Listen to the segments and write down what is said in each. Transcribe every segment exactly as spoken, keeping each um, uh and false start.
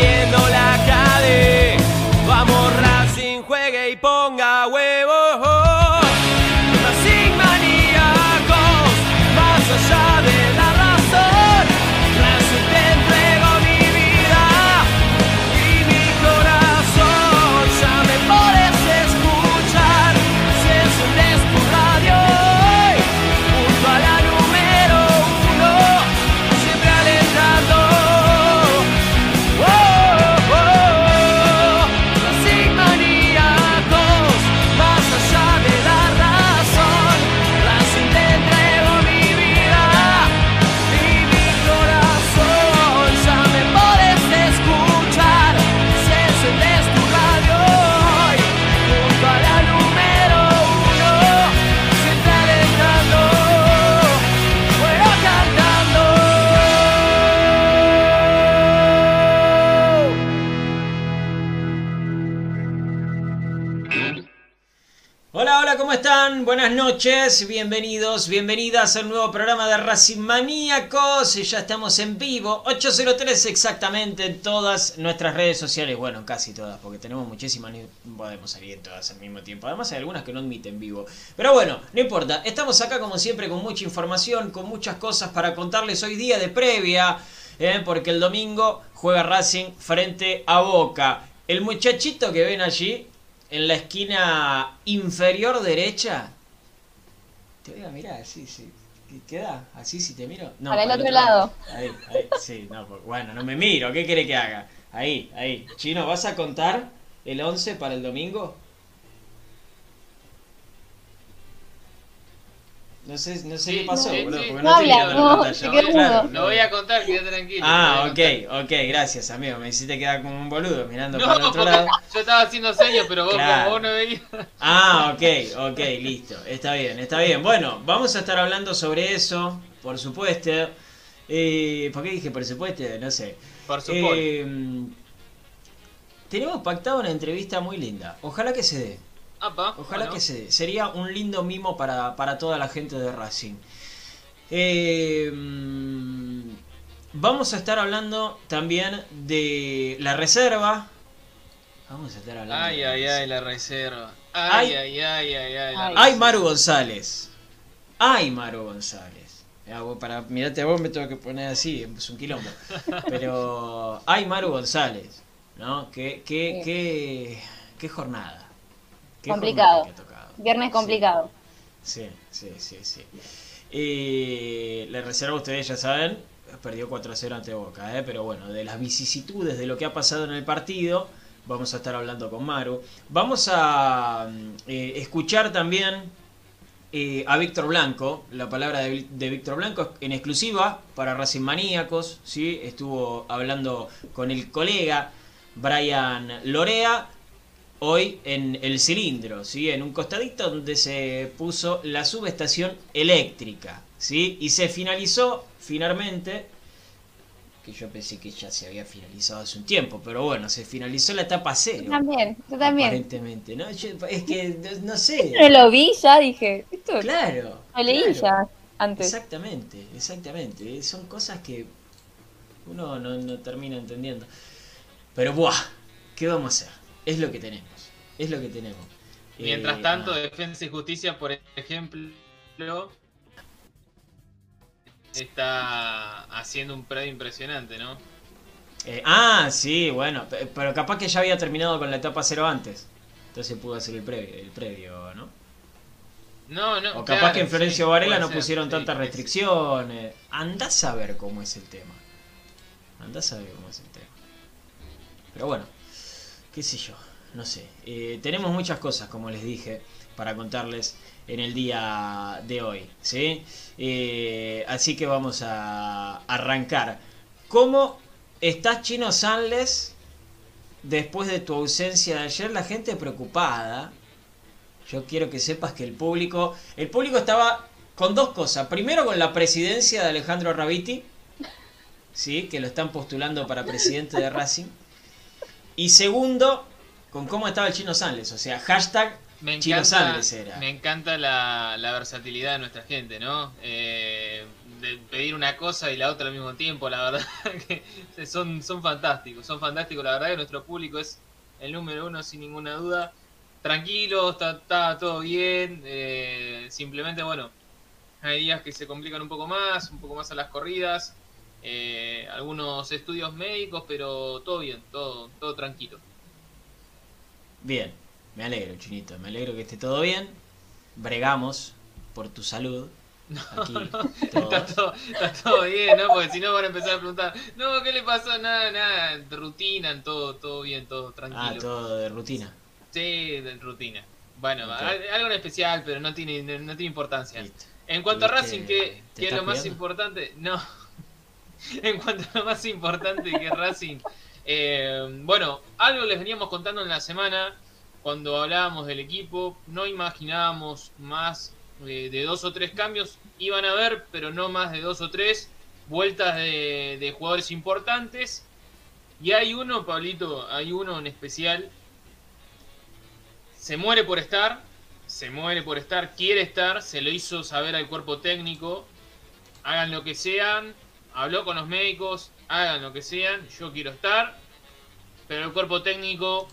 moviendo la cadera. Vamos Racing, juegue y ponga huevos. Racing maníacos, más allá de la razón. Racing te entrego mi vida y mi corazón. Ya me podés escuchar si encendes tu radio hoy, junto a la número uno, siempre alentando. Oh, oh, oh. Racing maníacos, más allá de la razón. Racing te entrego mi vida y mi corazón. Ya me podés escuchar si encendes tu radio hoy, junto a la número uno, siempre alentando, fuera cantando. Hola, hola, ¿cómo están? Buenas noches, bienvenidos, bienvenidas al nuevo programa de Racing Maníacos. Ya estamos en vivo, ocho cero tres exactamente en todas nuestras redes sociales. Bueno, casi todas, porque tenemos muchísimas, no podemos salir en todas al mismo tiempo. Además hay algunas que no admiten vivo. Pero bueno, no importa, estamos acá como siempre con mucha información, con muchas cosas para contarles hoy día de previa, eh, porque el domingo juega Racing frente a Boca. El muchachito que ven allí, en la esquina inferior derecha. Te voy a mirar, así, sí. ¿Queda? ¿Así si te miro? No, para el otro lado. Ahí, ahí, sí, no, porque, bueno, no me miro, ¿qué quiere que haga? Ahí, ahí. Chino, ¿vas a contar el once para el domingo? No sé, no sé Sí, qué pasó, sí, boludo, sí. porque No no, te habla, miro en la no, pantalla. se quedó Claro, mudo. Lo voy a contar, quédate tranquilo. Ah, lo ok, voy a contar. ok, gracias, amigo. Me hiciste quedar como un boludo mirando No, para el otro porque lado. yo estaba haciendo señas, pero vos, Claro. como vos no veías. Ah, ok, ok, listo. Está bien, está bien. Bueno, vamos a estar hablando sobre eso, por supuesto. Eh, ¿Por qué dije por supuesto? No sé. Por supuesto. Eh, tenemos pactado una entrevista muy linda. Ojalá que se dé. Apa, Ojalá bueno. que se dé. Sería un lindo mimo para, para toda la gente de Racing. Eh, vamos a estar hablando también de la reserva. Vamos a estar hablando Ay, de la ay, reserva. ay, la reserva. Ay. Ay, ay, ay, ay, ay, la Ay. Ay, reserva. Maru González. Ay, Maru González. Ah, vos para mirarte a vos me tengo que poner así, es un quilombo. Pero ay, Maru González, ¿no? Qué, qué, Sí. qué, qué jornada. Qué Complicado. jornada que ha tocado. Viernes complicado. Sí, sí, sí, sí. Eh, la reserva, ustedes ya saben, perdió cuatro a cero ante Boca, ¿eh? Pero bueno, de las vicisitudes de lo que ha pasado en el partido, vamos a estar hablando con Maru. Vamos a eh, escuchar también eh, a Víctor Blanco, la palabra de, de Víctor Blanco en exclusiva para Racing Maníacos, ¿sí? Estuvo hablando con el colega Brian Lorea, hoy en el cilindro, ¿sí? En un costadito donde se puso la subestación eléctrica, ¿sí? Y se finalizó finalmente, que yo pensé que ya se había finalizado hace un tiempo, pero bueno, se finalizó la etapa cero. Yo también, yo también. Aparentemente, ¿no? Yo- es que, no sé. No lo vi ya, dije. Esto Claro. lo leí claro. ya antes. Exactamente, exactamente. Son cosas que uno no, no termina entendiendo. Pero, buah, ¿qué vamos a hacer? Es lo que tenemos. Es lo que tenemos. Mientras Eh, tanto, ah, Defensa y Justicia, por ejemplo, está haciendo un predio impresionante, ¿no? eh, ah, sí, bueno. pe- Pero capaz que ya había terminado con la etapa cero antes. Entonces pudo hacer el previo, el previo, ¿no? No, no. O capaz claro, que en Florencio sí, Varela puede no ser, pusieron sí, tantas sí. restricciones. Andás a ver cómo es el tema. Andás a ver cómo es el tema. Pero bueno, qué sé yo, no sé. Eh, tenemos muchas cosas, como les dije, para contarles en el día de hoy, ¿sí? Eh, así que vamos a arrancar. ¿Cómo estás, Chino Sanles, después de tu ausencia de ayer? La gente preocupada. Yo quiero que sepas que el público... El público estaba con dos cosas. Primero, con la presidencia de Alejandro Raviti, ¿sí? Que lo están postulando para presidente de Racing. Y segundo, con cómo estaba el Chino Sanles. O sea, hashtag Me Chino encanta, Sanles era. me encanta la, la versatilidad de nuestra gente, ¿no? Eh, de pedir una cosa y la otra al mismo tiempo, la verdad que son, son fantásticos, son fantásticos, la verdad que nuestro público es el número uno sin ninguna duda. Tranquilo, está, está todo bien, eh, simplemente bueno, hay días que se complican un poco más, un poco más a las corridas, eh, algunos estudios médicos, pero todo bien, todo, todo tranquilo. Bien, me alegro, Chinito, me alegro que esté todo bien. Bregamos por tu salud. Aquí, No, todos. está todo, está todo bien, ¿no? Porque si no van a empezar a preguntar, no, ¿qué le pasó? Nada, nada, de rutina, todo, todo bien, todo tranquilo. Ah, todo de rutina. Sí, de rutina. Bueno, Ok. al- algo en especial, pero no tiene, no, no tiene importancia. Listo. En cuanto a ¿Tuviste- Racing, que, te que es estás lo más cuidando? importante, no. En cuanto a lo más importante que es Racing, eh, bueno, algo les veníamos contando en la semana cuando hablábamos del equipo. No imaginábamos más eh, de dos o tres cambios. Iban a haber, pero no más de dos o tres vueltas de, de jugadores importantes. Y hay uno, Pablito, hay uno en especial. Se muere por estar, se muere por estar, quiere estar, se lo hizo saber al cuerpo técnico. Hagan lo que sean, habló con los médicos, hagan lo que sean, yo quiero estar. Pero el cuerpo técnico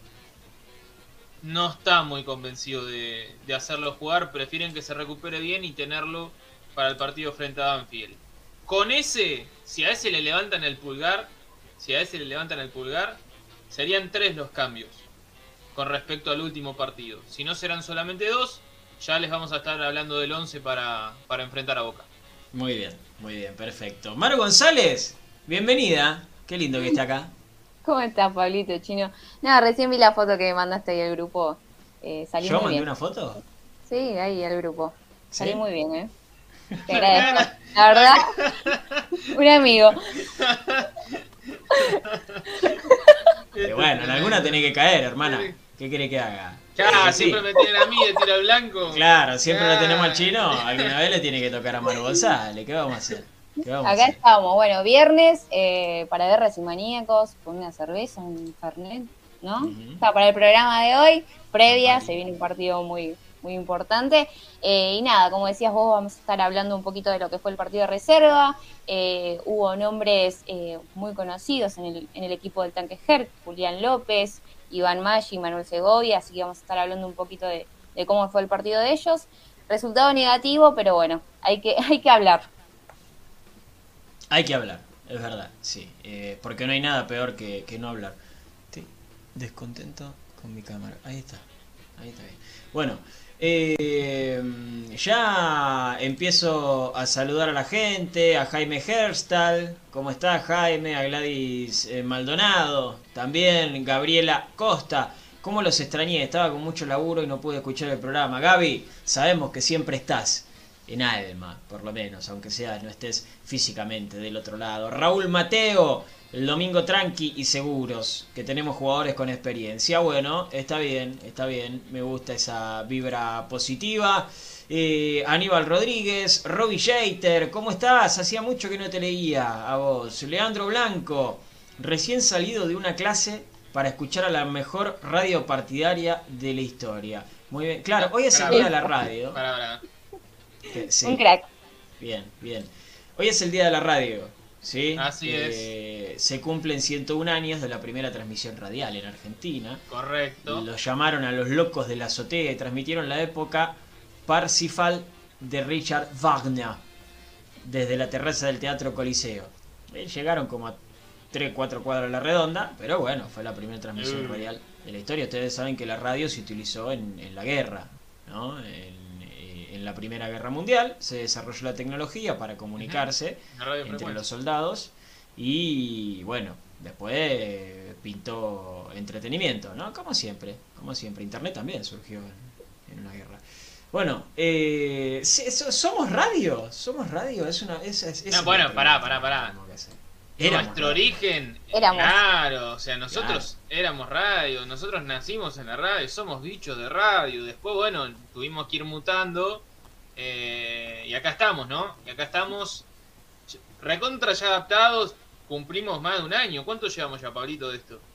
no está muy convencido de, de hacerlo jugar, prefieren que se recupere bien y tenerlo para el partido frente a Banfield. Con ese, si a ese le levantan el pulgar, si a ese le levantan el pulgar, serían tres los cambios con respecto al último partido. Si no serán solamente dos, ya les vamos a estar hablando del once para, para enfrentar a Boca. Muy bien, muy bien, perfecto. Maru González, bienvenida. Qué lindo que esté acá. ¿Cómo estás, Pablito, chino? Nada, recién vi la foto que me mandaste ahí al grupo. Eh, salí ¿Yo muy mandé bien. una foto? Sí, ahí al grupo. Salí ¿Sí? muy bien, ¿eh? Te agradezco. La verdad, un amigo. Que bueno, en alguna tenés que caer, hermana. ¿Qué querés que haga? Ya, Sí. siempre me tienen a mí de tiro al blanco. Claro, siempre lo Ya. tenemos al chino. Alguna vez le tiene que tocar a Maru González. ¿Qué vamos a hacer? ¿Qué vamos a Acá hacer? estamos. Bueno, viernes eh, para ver Racing Maníacos con una cerveza, un fernet, ¿no? Ujú. O sea, para el programa de hoy, previa, Vale. se viene un partido muy, muy importante. Eh, y nada, como decías vos, vamos a estar hablando un poquito de lo que fue el partido de reserva. Eh, hubo nombres eh, muy conocidos en el, en el equipo del Tanque Herc, Julián López, Iván Maggi, Manuel Segovia, así que vamos a estar hablando un poquito de, de cómo fue el partido de ellos. Resultado negativo, pero bueno, hay que, hay que hablar. Hay que hablar, es verdad, sí. Eh, porque no hay nada peor que, que no hablar. Estoy descontento con mi cámara. Ahí está. Ahí está bien. Bueno, eh, ya empiezo a saludar a la gente, a Jaime Herstal. ¿Cómo está Jaime? A Gladys eh, Maldonado. También Gabriela Costa. ¿Cómo los extrañé? Estaba con mucho laburo y no pude escuchar el programa. Gaby, sabemos que siempre estás. En alma, por lo menos, aunque sea no estés físicamente del otro lado. Raúl Mateo, el domingo tranqui y seguros, que tenemos jugadores con experiencia. Bueno, está bien, está bien, me gusta esa vibra positiva. Eh, Aníbal Rodríguez, Robbie Jeter, ¿cómo estás? Hacía mucho que no te leía a vos. Leandro Blanco, recién salido de una clase para escuchar a la mejor radio partidaria de la historia. Muy bien, claro, hoy es el día de la radio. Pará, pará. Que- sí. Un crack. Bien, bien. Hoy es el día de la radio, ¿sí? Así Eh, Se cumplen ciento un años de la primera transmisión radial en Argentina. Correcto. Los llamaron a los locos de la azotea y transmitieron la época Parsifal de Richard Wagner desde la terraza del Teatro Coliseo. Eh, Llegaron como a tres cuatro cuadras a la redonda, pero bueno, fue la primera transmisión Mm. radial de la historia. Ustedes saben que la radio se utilizó en, en la guerra, ¿no? En, eh, en la Primera Guerra Mundial se desarrolló la tecnología para comunicarse La radio entre frecuencia. los soldados y bueno, después eh, pintó entretenimiento, ¿no? Como siempre, como siempre. Internet también surgió en, en una guerra. Bueno, eh, sí, so- somos radio, somos radio, es una... Es, es, es No, una bueno, pregunta pará, pará, que pará. tenemos que hacer. Éramos Nuestro radio. origen, Éramos. claro, o sea, nosotros éramos radio, nosotros nacimos en la radio, somos bichos de radio, después, bueno, tuvimos que ir mutando, eh, y acá estamos, ¿no? Y acá estamos, recontra ya adaptados, cumplimos más de un año. ¿Cuánto llevamos ya, Pablito, de esto?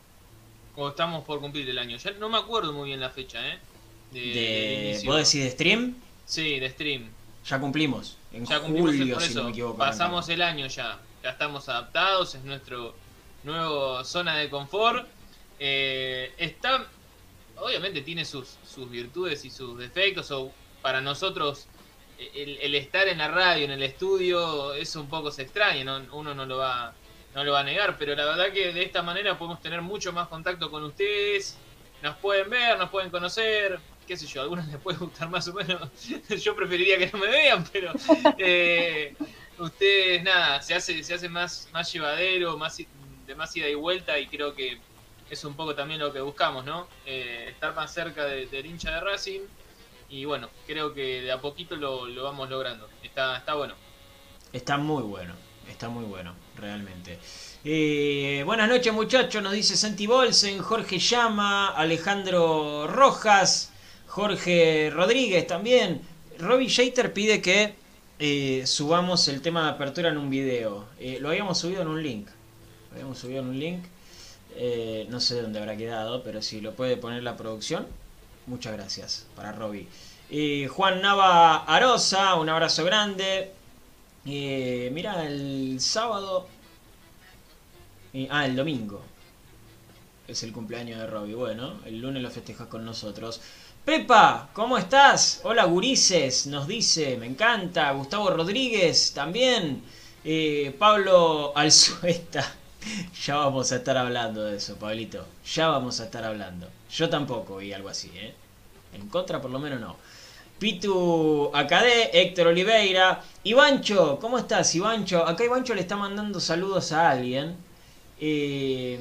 O estamos por cumplir el año, ya no me acuerdo muy bien la fecha, ¿eh? De, del De, inicio. ¿Vos decís de stream? Sí, de stream. Ya cumplimos. En ya cumplimos el- julio, por si eso, no me equivoco. pasamos arrancamos. el año ya. Ya estamos adaptados, es nuestro nuevo zona de confort. Eh, está, obviamente tiene sus, sus virtudes y sus defectos. O para nosotros, el, el estar en la radio, en el estudio, eso un poco se extraña, ¿no? Uno no lo va no lo va a negar, pero la verdad que de esta manera podemos tener mucho más contacto con ustedes. Nos pueden ver, nos pueden conocer, qué sé yo, a algunos les puede gustar más o menos. Yo preferiría que no me vean, pero eh, ustedes, nada, se hace, se hace más, más llevadero, más de más ida y vuelta, y creo que es un poco también lo que buscamos, ¿no? Eh, estar más cerca de, del hincha de Racing, y bueno, creo que de a poquito lo, lo vamos logrando. Está, está bueno. Está muy bueno, está muy bueno, realmente. Eh, buenas noches, muchachos, nos dice Santi Bolsen, Jorge Llama, Alejandro Rojas, Jorge Rodríguez también. Robbie Shater pide que eh, subamos el tema de apertura en un video. Eh, lo habíamos subido en un link. Lo habíamos subido en un link. Eh, no sé dónde habrá quedado, pero si lo puede poner la producción, muchas gracias para Robbie. Eh, Juan Nava Arosa, un abrazo grande. Eh, mira, el sábado. Eh, ah, el domingo. Es el cumpleaños de Robbie. Bueno, el lunes lo festejas con nosotros. Pepa, ¿cómo estás? Hola, gurises, nos dice. Me encanta. Gustavo Rodríguez también. Eh, Pablo Alzueta. Ya vamos a estar hablando de eso, Pablito. Ya vamos a estar hablando. Yo tampoco vi algo así, ¿eh? En contra, por lo menos no. Pitu Acadé, Héctor Oliveira. Ivancho, ¿cómo estás, Ivancho? Acá Ivancho le está mandando saludos a alguien. Eh,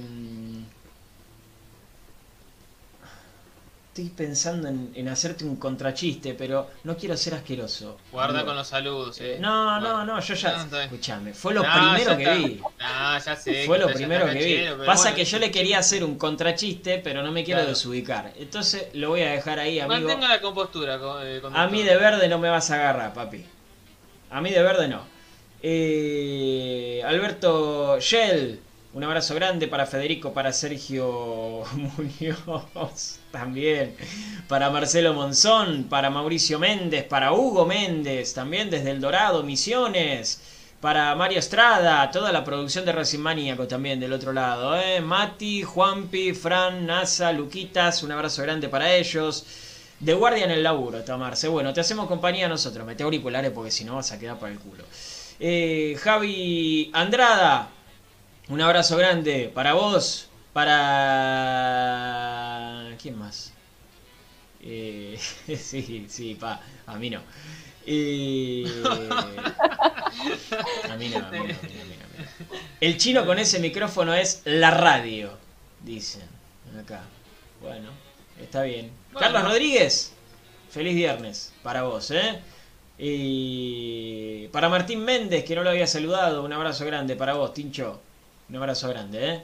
estoy pensando en, en hacerte un contrachiste, pero no quiero ser asqueroso. Guarda Amigo. con los saludos, eh. No, no, Guarda. no, yo ya... No, está bien. Escuchame, fue lo No, primero ya que está. vi. Ah, ya sé. Fue que lo está- ya primero está que vi. canchero, pero Pasa bueno. que yo le quería hacer un contrachiste, pero no me quiero Claro. desubicar. Entonces lo voy a dejar ahí, amigo. Mantenga la compostura, co- eh, A conductor. mí de verde no me vas a agarrar, papi. A mí de verde no. Eh, Alberto Shell, un abrazo grande para Federico, para Sergio Muñoz también, para Marcelo Monzón, para Mauricio Méndez, para Hugo Méndez, también desde El Dorado, Misiones, para Mario Estrada, toda la producción de Racing Maníaco también del otro lado, ¿eh? Mati, Juanpi, Fran, Nasa, Luquitas, un abrazo grande para ellos. De guardia en el laburo, Tamarse. Bueno, te hacemos compañía a nosotros. Mete auriculares porque si no vas a quedar para el culo. Eh, Javi Andrada, un abrazo grande para vos. Para... ¿Quién más? Eh, sí, sí, pa. A mí no. Eh, a mí no, a mí no, a mí no, a mí no, a mí no. El chino con ese micrófono es la radio, dicen acá. Bueno, está bien. Bueno. Carlos Rodríguez, feliz viernes para vos, ¿eh? Y para Martín Méndez, que no lo había saludado, un abrazo grande para vos, Tincho. Un abrazo grande, ¿eh?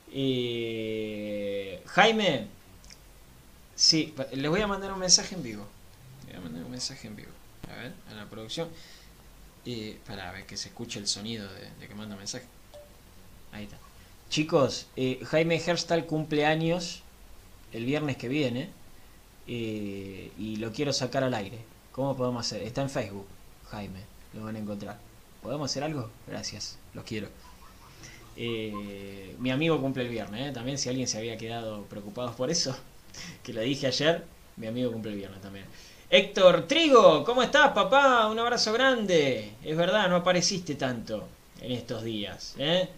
Y... Jaime, sí, les voy a mandar un mensaje en vivo. Les voy a mandar un mensaje en vivo. A ver, a la producción. Y para ver que se escuche el sonido de, de que manda mensaje. Ahí está. Chicos, eh, Jaime Herstal cumple años el viernes que viene. Eh, y lo quiero sacar al aire. ¿Cómo podemos hacer? Está en Facebook, Jaime, lo van a encontrar. ¿Podemos hacer algo? Gracias, los quiero. Eh, mi amigo cumple el viernes, ¿eh? También si alguien se había quedado preocupado por eso, que lo dije ayer, mi amigo cumple el viernes también. Héctor Trigo, ¿cómo estás, papá? Un abrazo grande. Es verdad, no apareciste tanto en estos días, ¿eh?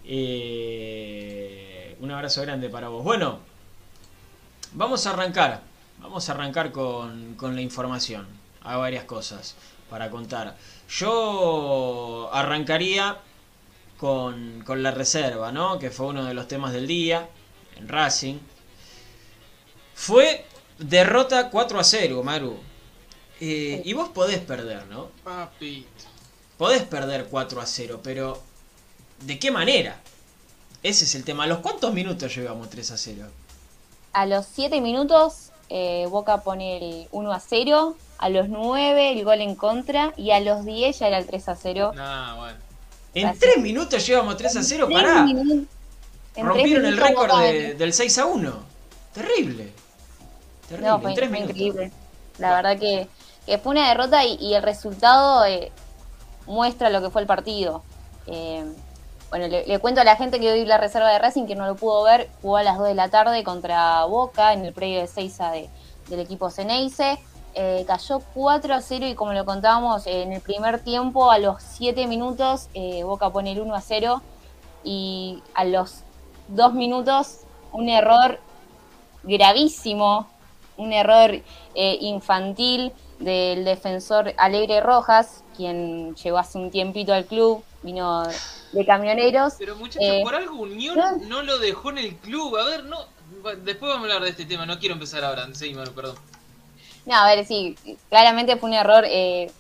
Eh, un abrazo grande para vos. Bueno, vamos a arrancar. Vamos a arrancar con, con la información. Hay varias cosas para contar. Yo arrancaría con, con la reserva, ¿no? Que fue uno de los temas del día en Racing. Fue derrota cuatro a cero, Maru. Eh, y vos podés perder, ¿no? Papi. Podés perder cuatro a cero, pero ¿de qué manera? Ese es el tema. ¿A los cuántos minutos llevamos tres a cero? A los siete minutos, eh, Boca pone el uno a cero. A los nueve, el gol en contra. Y a los diez ya era el tres a cero. Nah, bueno. En Así. tres minutos llevamos tres a cero, Tres pará. minutos- en tres Rompieron el minutos récord Boca de- venía. del seis a uno. Terrible. Terrible, No, fue, en tres fue minutos. increíble. La verdad que, que fue una derrota y, y el resultado eh, muestra lo que fue el partido. Eh, bueno, le, le cuento a la gente que hoy la reserva de Racing, que no lo pudo ver, jugó a las dos de la tarde contra Boca en el predio de Seiza de, del equipo Ceneice. Eh, cayó cuatro a cero y como lo contábamos, eh, en el primer tiempo, a los siete minutos, eh, Boca pone el uno a cero y a los dos minutos un error gravísimo, un error eh, infantil del defensor Alegre Rojas, quien llegó hace un tiempito al club, vino de Camioneros. Pero muchachos, eh, por algo Unión no, no lo dejó en el club. A ver, no. Después vamos a hablar de este tema, no quiero empezar ahora. Sí, Manu, perdón. no, a ver, sí, claramente fue un error eh,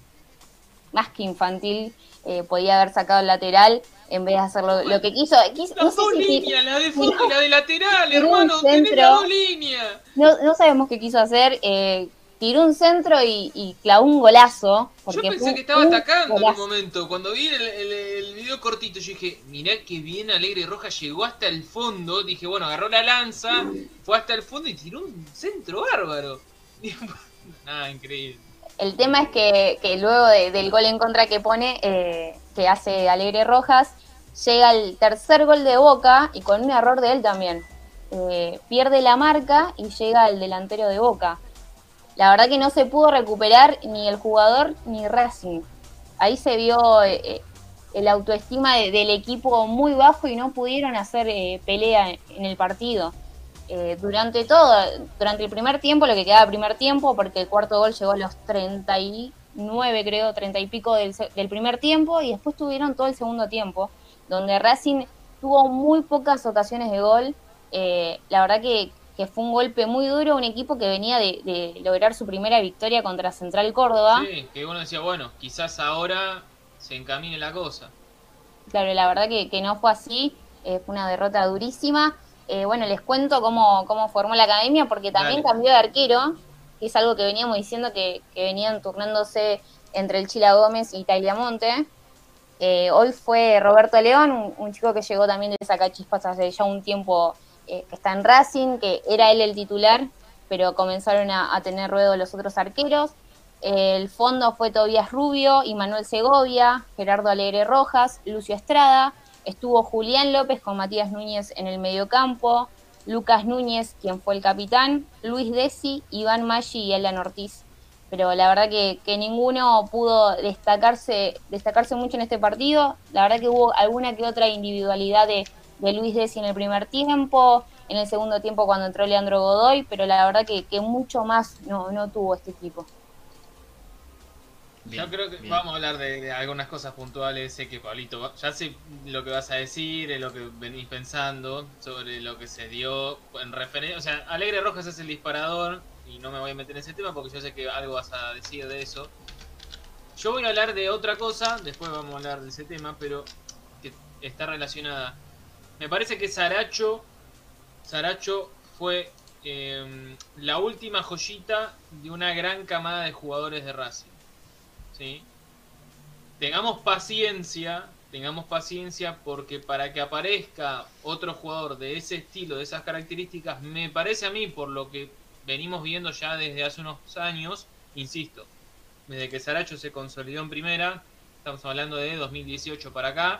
más que infantil. Eh, podía haber sacado el lateral en vez de hacerlo lo que quiso. quiso Las no sé dos si, líneas, la de fondo y la de lateral, tiró un hermano. Tenés centro. las dos líneas. No, no sabemos qué quiso hacer. Eh, tiró un centro y, y clavó un golazo. Yo Porque pensé fue que estaba un atacando en golazo. un momento. Cuando vi el, el, el video cortito, yo dije, mirá que bien Alegre Rojas llegó hasta el fondo. Dije, bueno, agarró la lanza, fue hasta el fondo y tiró un centro bárbaro. Nada, increíble. El tema es que, que luego de, del gol en contra que pone, eh, que hace Alegre Rojas, llega el tercer gol de Boca y con un error de él también. Eh, pierde la marca y llega el delantero de Boca. La verdad que no se pudo recuperar ni el jugador ni Racing. Ahí se vio eh, el autoestima de, del equipo muy bajo y no pudieron hacer eh, pelea en el partido. Eh, durante todo, durante el primer tiempo, lo que quedaba primer tiempo, porque el cuarto gol llegó a los treinta y nueve, creo, treinta y pico del, del primer tiempo, y después tuvieron todo el segundo tiempo, donde Racing tuvo muy pocas ocasiones de gol. Eh, la verdad que, que fue un golpe muy duro a un equipo que venía de, de lograr su primera victoria contra Central Córdoba. Sí, que uno decía, bueno, quizás ahora se encamine la cosa. Claro, la verdad que, que no fue así, eh, fue una derrota durísima. Eh, bueno, les cuento cómo, cómo formó la academia, porque también Dale. cambió de arquero, que es algo que veníamos diciendo que, que venían turnándose entre el Chila Gómez y Tagliamonte. Eh, hoy fue Roberto León, un, un chico que llegó también de Sacachispas hace ya un tiempo, eh, que está en Racing, que era él el titular, pero comenzaron a, a tener ruedo los otros arqueros. Eh, el fondo fue Tobías Rubio y Manuel Segovia, Gerardo Alegre Rojas, Lucio Estrada. Estuvo Julián López con Matías Núñez en el mediocampo, Lucas Núñez, quien fue el capitán, Luis Desi, Iván Maggi y Alan Ortiz. Pero la verdad que, que ninguno pudo destacarse, destacarse mucho en este partido. La verdad que hubo alguna que otra individualidad de, de Luis Desi en el primer tiempo, en el segundo tiempo cuando entró Leandro Godoy, pero la verdad que, que mucho más no, no tuvo este equipo. Bien, Yo creo que bien. Vamos a hablar de, de algunas cosas puntuales. Sé que Pablito, ya sé lo que vas a decir, lo que venís pensando sobre lo que se dio en referencia. O sea, Alegre Rojas es el disparador y no me voy a meter en ese tema porque yo sé que algo vas a decir de eso. Yo voy a hablar de otra cosa, después vamos a hablar de ese tema, pero que está relacionada. Me parece que Saracho, Saracho fue eh, la última joyita de una gran camada de jugadores de Racing. ¿Sí? Tengamos paciencia, tengamos paciencia porque para que aparezca otro jugador de ese estilo, de esas características, me parece a mí, por lo que venimos viendo ya desde hace unos años, insisto, desde que Saracho se consolidó en primera, estamos hablando de dos mil dieciocho para acá,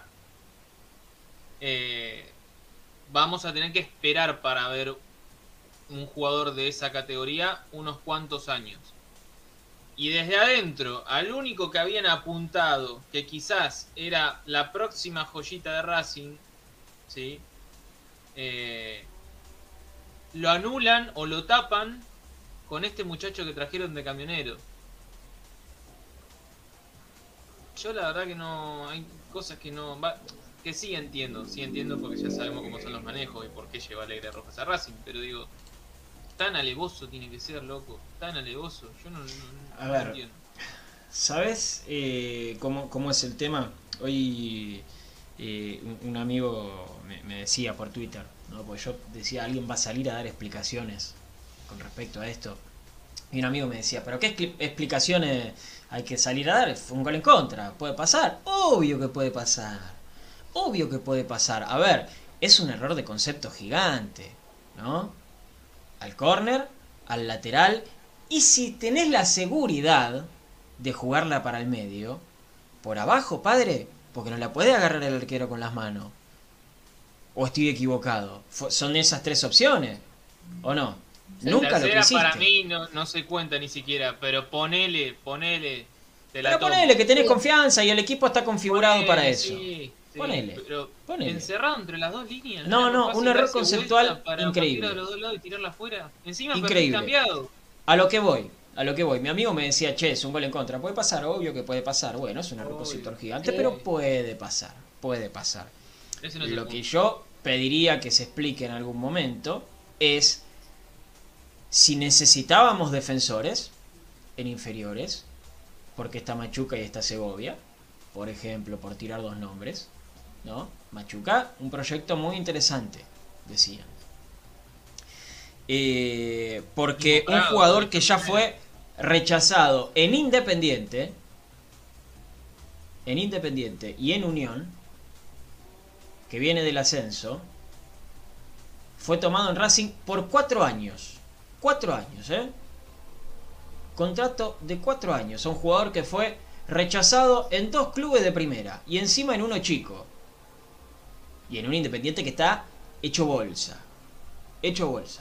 eh, vamos a tener que esperar para ver un jugador de esa categoría unos cuantos años. Y desde adentro, al único que habían apuntado que quizás era la próxima joyita de Racing, ¿sí? Eh, lo anulan o lo tapan con este muchacho que trajeron de Camionero. Yo la verdad que no, hay cosas que no, va, que sí entiendo, sí entiendo porque ya sabemos cómo son los manejos y por qué lleva Alegre Rojas a Racing, pero digo, tan alevoso tiene que ser, loco, tan alevoso, yo no, no, no a ver, entiendo. ¿Sabes eh, cómo, cómo es el tema? Hoy eh, un, un amigo me, me decía por Twitter, ¿no? Porque yo decía, alguien va a salir a dar explicaciones con respecto a esto. Y un amigo me decía, ¿pero qué expl- explicaciones hay que salir a dar? Fue un gol en contra, ¿puede pasar? Obvio que puede pasar, obvio que puede pasar. A ver, es un error de concepto gigante, ¿no? Al córner, al lateral, y si tenés la seguridad de jugarla para el medio, ¿Por abajo, padre? Porque no la puede agarrar el arquero con las manos. ¿O estoy equivocado? Son esas tres opciones, ¿o no? Sí, Nunca lo que hiciste. Para mí no, no se cuenta ni siquiera, pero ponele, ponele. Te la pero tomo. ponele que tenés Sí. confianza y el equipo está configurado Ponele, para eso. Sí, sí, ponele, pero ponele. Encerrado entre las dos líneas. No, no, fácil un error darse conceptual vuelta para increíble. partir de los dos lados y tirarla afuera. Encima Increíble. perfil cambiado. A lo que voy, a lo que voy. Mi amigo me decía, che, es un gol en contra. ¿Puede pasar? Obvio que puede pasar. Bueno, es un error Obvio. conceptual gigante, Sí. pero puede pasar. Puede pasar. Ese no es el Lo punto. que yo pediría que se explique en algún momento es si necesitábamos defensores en inferiores, porque está Machuca y está Segovia, por ejemplo, por tirar dos nombres, ¿no? Machuca, un proyecto muy interesante, decían. Eh, porque un Involucrado, jugador ¿no? que ya fue rechazado en Independiente, en Independiente y en Unión, que viene del ascenso, fue tomado en Racing por cuatro años. Cuatro años, ¿eh? Contrato de cuatro años. Un jugador que fue rechazado en dos clubes de primera y encima en uno chico. Y en un Independiente que está hecho bolsa. Hecho bolsa.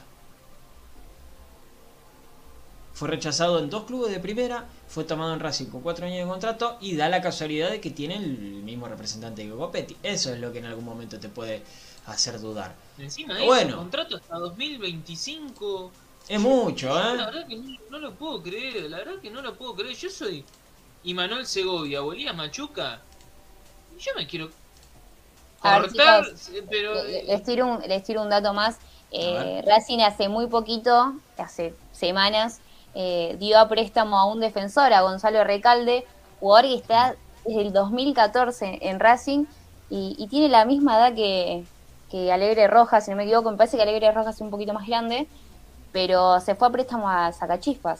Fue rechazado en dos clubes de primera, fue tomado en Racing con cuatro años de contrato y da la casualidad de que tiene el mismo representante que Copetti. Eso es lo que en algún momento te puede hacer dudar. Encima de Bueno. eso, contrato hasta dos mil veinticinco. Es mucho, Yo ¿eh? La verdad que no, no lo puedo creer, la verdad que no lo puedo creer. Yo soy Imanol Segovia o Elías Machuca. Y yo me quiero A ver, cortar, chicos, pero... Le- Les tiro un, les tiro un dato más. Eh, A ver. Racing hace muy poquito, hace semanas, eh, dio a préstamo a un defensor, a Gonzalo Recalde, jugador que está desde el dos mil catorce en Racing y, y tiene la misma edad que, que Alegre Rojas, si no me equivoco. Me parece que Alegre Rojas es un poquito más grande, pero se fue a préstamo a Sacachispas.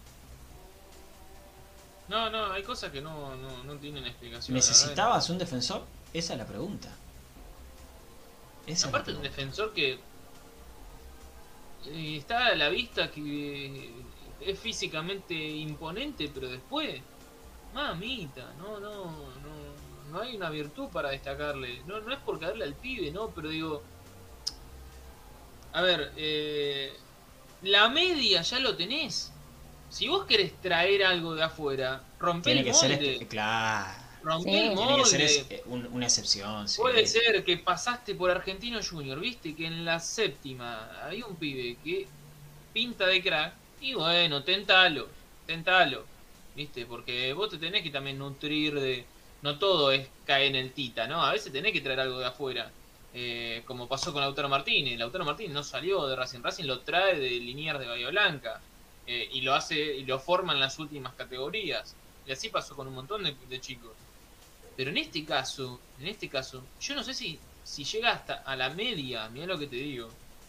No, no, hay cosas que no, no, no tienen explicación. la verdad. ¿Necesitabas un defensor? Esa es la pregunta. Esa es la Aparte de un pregunta. defensor que eh, está a la vista, que es físicamente imponente, pero después, mamita, no, no, no, no hay una virtud para destacarle. No, no es por caerle al pibe, no, pero digo, a ver, eh, la media ya lo tenés. Si vos querés traer algo de afuera, rompe Tiene el que ser molde. este- claro. Rompe Sí. el Tiene que ser molde. es- eh, un- una excepción. Sí. Puede ser que pasaste por Argentino Junior, viste que en la séptima hay un pibe que pinta de crack y bueno, tentalo, tentalo, viste, porque vos te tenés que también nutrir de... No todo es caer en el tita, ¿no? A veces tenés que traer algo de afuera, eh, como pasó con Lautaro Martínez. Lautaro Martínez no salió de Racing, Racing lo trae de Liniers de Bahía Blanca, eh, y lo hace y lo forma en las últimas categorías, y así pasó con un montón de, de chicos. Pero en este caso, en este caso, yo no sé si, si llega hasta a la media, mirá lo que te digo.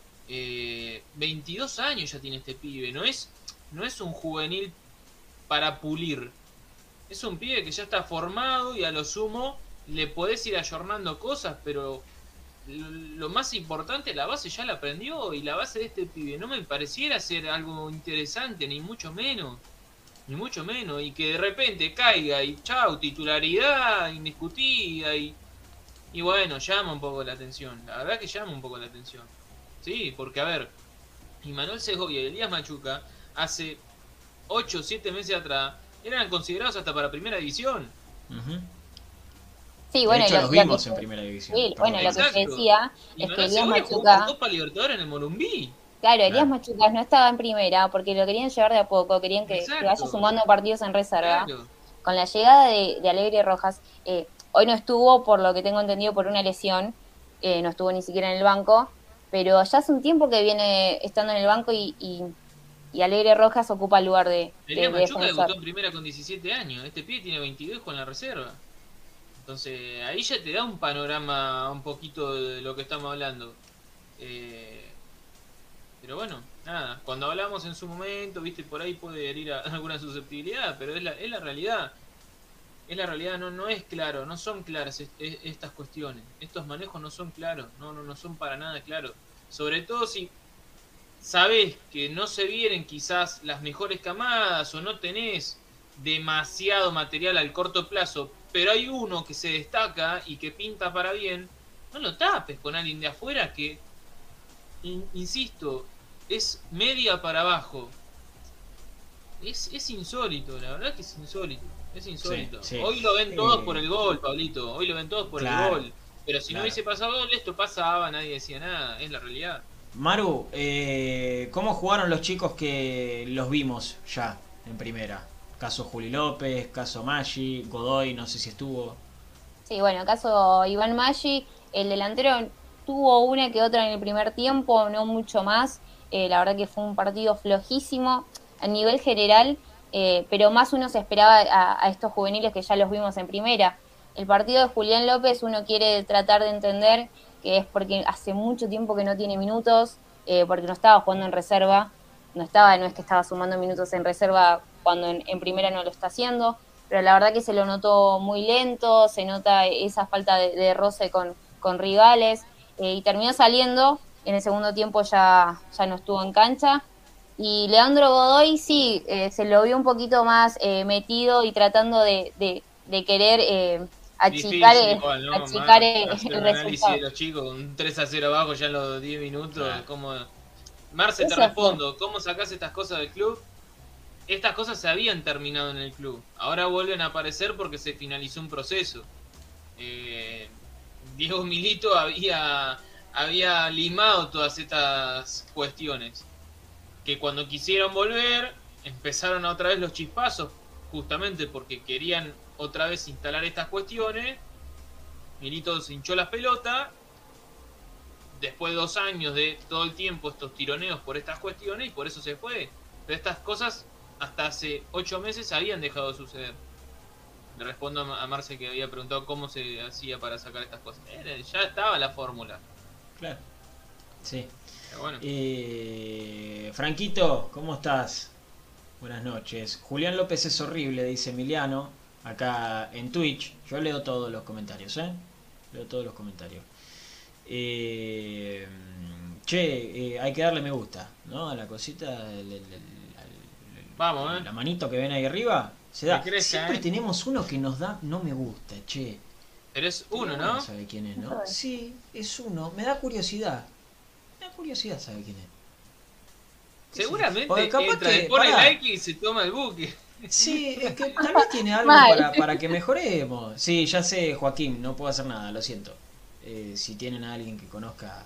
Eh, veintidós años ya tiene este pibe, no es, no es un juvenil para pulir. Es un pibe que ya está formado y a lo sumo le podés ir ayornando cosas, pero lo, lo más importante, la base ya la aprendió, y la base de este pibe no me pareciera ser algo interesante, ni mucho menos. Ni mucho menos, y que de repente caiga y chau, titularidad indiscutida y, y bueno, llama un poco la atención, la verdad que llama un poco la atención. Sí, porque a ver, Imanol Segovia y Elías Machuca hace ocho o siete meses atrás eran considerados hasta para primera división. Ujú. Sí, De bueno, hecho, lo- los lo vimos que- en primera división. sí, bueno, lo que Exacto. se decía es que Imanol Elías Segovia jugó Machuca, por Copa Libertadores en el Morumbí. claro, Elías Claro. Machuca no estaba en primera porque lo querían llevar de a poco, querían que, que Exacto. vaya sumando partidos en reserva. Claro. Con la llegada de, de Alegre Rojas, eh, hoy no estuvo, por lo que tengo entendido, por una lesión, eh, no estuvo ni siquiera en el banco, pero ya hace un tiempo que viene estando en el banco y, y, y Alegre Rojas ocupa el lugar de, de, Elías de Machuca defensor. debutó en primera con diecisiete años. Este pibe tiene veintidós con la reserva. Entonces, ahí ya te da un panorama un poquito de lo que estamos hablando. Eh, pero bueno, nada. Cuando hablamos en su momento, viste, por ahí puede herir a alguna susceptibilidad, pero es la, es la realidad. Es la realidad, no, no es claro, no son claras est- est- estas cuestiones. Estos manejos no son claros, no, no, no son para nada claros. Sobre todo si sabés que no se vienen quizás las mejores camadas o no tenés demasiado material al corto plazo pero hay uno que se destaca y que pinta para bien, no lo tapes con alguien de afuera que, in, insisto, es media para abajo. Es, es insólito, la verdad que es insólito. Es insólito. Sí, sí. Hoy lo ven todos Eh, por el gol, Pablito. Hoy lo ven todos por claro, el gol. Pero si claro. no hubiese pasado gol, esto pasaba, nadie decía nada. Es la realidad. Maru, eh, ¿cómo jugaron los chicos que los vimos ya en primera? Caso Juli López, caso Maggi, Godoy, no sé si estuvo. Sí, bueno, caso Iván Maggi, el delantero tuvo una que otra en el primer tiempo, no mucho más. Eh, la verdad que fue un partido flojísimo a nivel general, eh, pero más uno se esperaba a, a estos juveniles que ya los vimos en primera. El partido de Julián López uno quiere tratar de entender que es porque hace mucho tiempo que no tiene minutos, eh, porque no estaba jugando en reserva, no estaba, no es que estaba sumando minutos en reserva cuando en, en primera no lo está haciendo, pero la verdad que se lo notó muy lento, se nota esa falta de, de roce con, con rivales, eh, y terminó saliendo, en el segundo tiempo ya, ya no estuvo en cancha. Y Leandro Godoy sí, eh, se lo vio un poquito más eh, metido y tratando de, de, de querer eh, achicar, Difícil eh, igual, ¿no? achicar Más eh, hacer el un análisis resultado. de los chicos, un tres a cero abajo ya en los diez minutos. Claro. Como... Marce, te Eso fue. respondo. ¿Cómo sacás estas cosas del club? Estas cosas se habían terminado en el club. Ahora vuelven a aparecer porque se finalizó un proceso. Eh, Diego Milito había, había limado todas estas cuestiones. Que cuando quisieron volver, empezaron otra vez los chispazos, justamente porque querían otra vez instalar estas cuestiones. Milito se hinchó las pelotas. Después de dos años de todo el tiempo estos tironeos por estas cuestiones, y por eso se fue. Pero estas cosas hasta hace ocho meses habían dejado de suceder. Le respondo a Marce que había preguntado cómo se hacía para sacar estas cosas. Eh, ya estaba la fórmula. Claro. Sí. Pero bueno. Eh, Franquito, ¿cómo estás? Buenas noches. Julián López es horrible, dice Emiliano, acá en Twitch. Yo leo todos los comentarios, ¿eh? Leo todos los comentarios. Eh, che, eh, hay que darle me gusta, ¿no? A la cosita, el, el, el, el, Vamos, ¿eh? La manito que ven ahí arriba, se da. Que crezca, Siempre ¿eh? tenemos uno que nos da no me gusta, che. Pero es uno, Pero ¿no? no sabe quién es, ¿no? Sí, es uno. Me da curiosidad. Me da curiosidad saber quién es. Seguramente Porque capaz entra, que- le pone pará. like y se toma el buque. Sí, es que tal vez tiene algo Mal. para, para que mejoremos. Sí, ya sé, Joaquín, no puedo hacer nada, lo siento. Eh, si tienen a alguien que conozca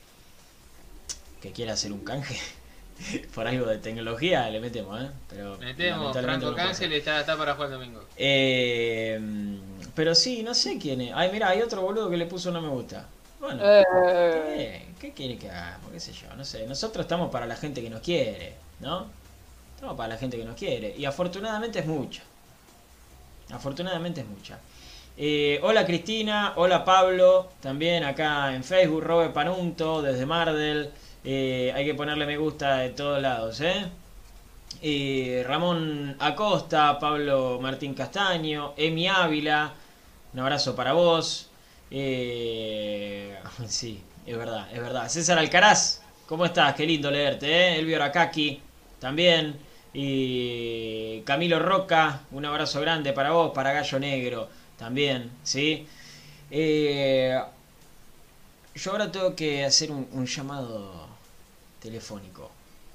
que quiera hacer un canje por algo de tecnología, le metemos, ¿eh? Pero Metemos, lamentablemente Franco no puedo Cángel hacer. está, está para jugar el domingo. Eh, pero sí, no sé quién es. Ay, mira, hay otro boludo que le puso no me gusta. Bueno, Eh, está bien. ¿Qué quiere que hagamos? ¿Qué sé yo? No sé. Nosotros estamos para la gente que nos quiere, ¿no? Estamos para la gente que nos quiere. Y afortunadamente es mucha. Afortunadamente es mucha. Eh, hola Cristina, hola Pablo, también acá en Facebook, Robert Panunto, desde Mardel. Eh, hay que ponerle me gusta de todos lados, ¿eh? Eh, Ramón Acosta, Pablo Martín Castaño, Emi Ávila, un abrazo para vos. Eh, sí, es verdad, es verdad. César Alcaraz, ¿cómo estás? Qué lindo leerte, ¿eh? Elvio Arakaki, también. Y Camilo Roca, un abrazo grande para vos, para Gallo Negro, también, ¿sí? Eh, yo ahora tengo que hacer un, un llamado telefónico.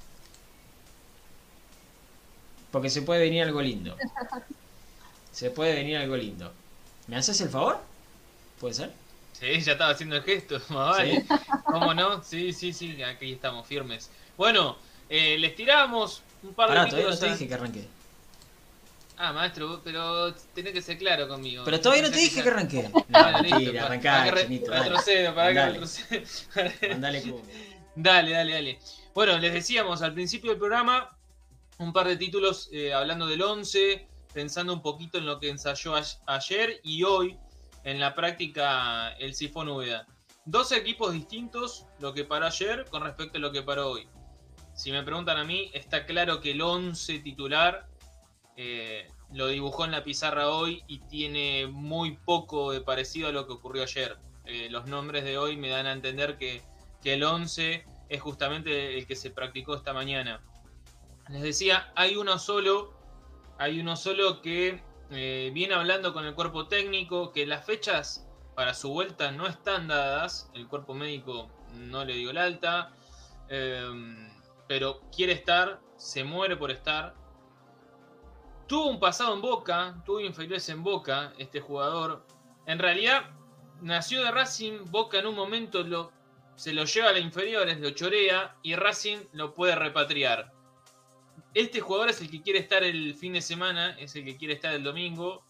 Porque se puede venir algo lindo. Se puede venir algo lindo. ¿Me haces el favor? ¿Puede ser? Sí, ya estaba haciendo el gesto, más vale. ¿Sí? ¿Cómo no? Sí, sí, sí, aquí estamos firmes. Bueno, eh, les tiramos un par Pará, de todavía no títulos. te a- dije que arranqué. Ah, maestro, pero tenés que ser claro conmigo. Pero todavía no te Tenés dije ser que claro. arranqué. Bueno, No, listo, mentira, pa- arrancá, para que re- chinito, dale. retrocedo, para que Dale. retrocedo. Mandale cumbia. Dale, dale, dale. Bueno, les decíamos al principio del programa un par de títulos eh, hablando del once, pensando un poquito en lo que ensayó a- ayer y hoy en la práctica el Sifón Úbeda. Dos equipos distintos, lo que paró ayer con respecto a lo que paró hoy. Si me preguntan a mí, está claro que el once titular eh, lo dibujó en la pizarra hoy y tiene muy poco de parecido a lo que ocurrió ayer. Eh, los nombres de hoy me dan a entender que, que el once es justamente el que se practicó esta mañana. Les decía, hay uno solo, hay uno solo que eh, viene hablando con el cuerpo técnico, que las fechas para su vuelta no están dadas, el cuerpo médico no le dio el alta, eh, pero quiere estar, se muere por estar. Tuvo un pasado en Boca, tuvo inferiores en Boca, este jugador. En realidad, nació de Racing, Boca en un momento lo, se lo lleva a las inferiores, lo chorea y Racing lo puede repatriar. Este jugador es el que quiere estar el fin de semana, es el que quiere estar el domingo.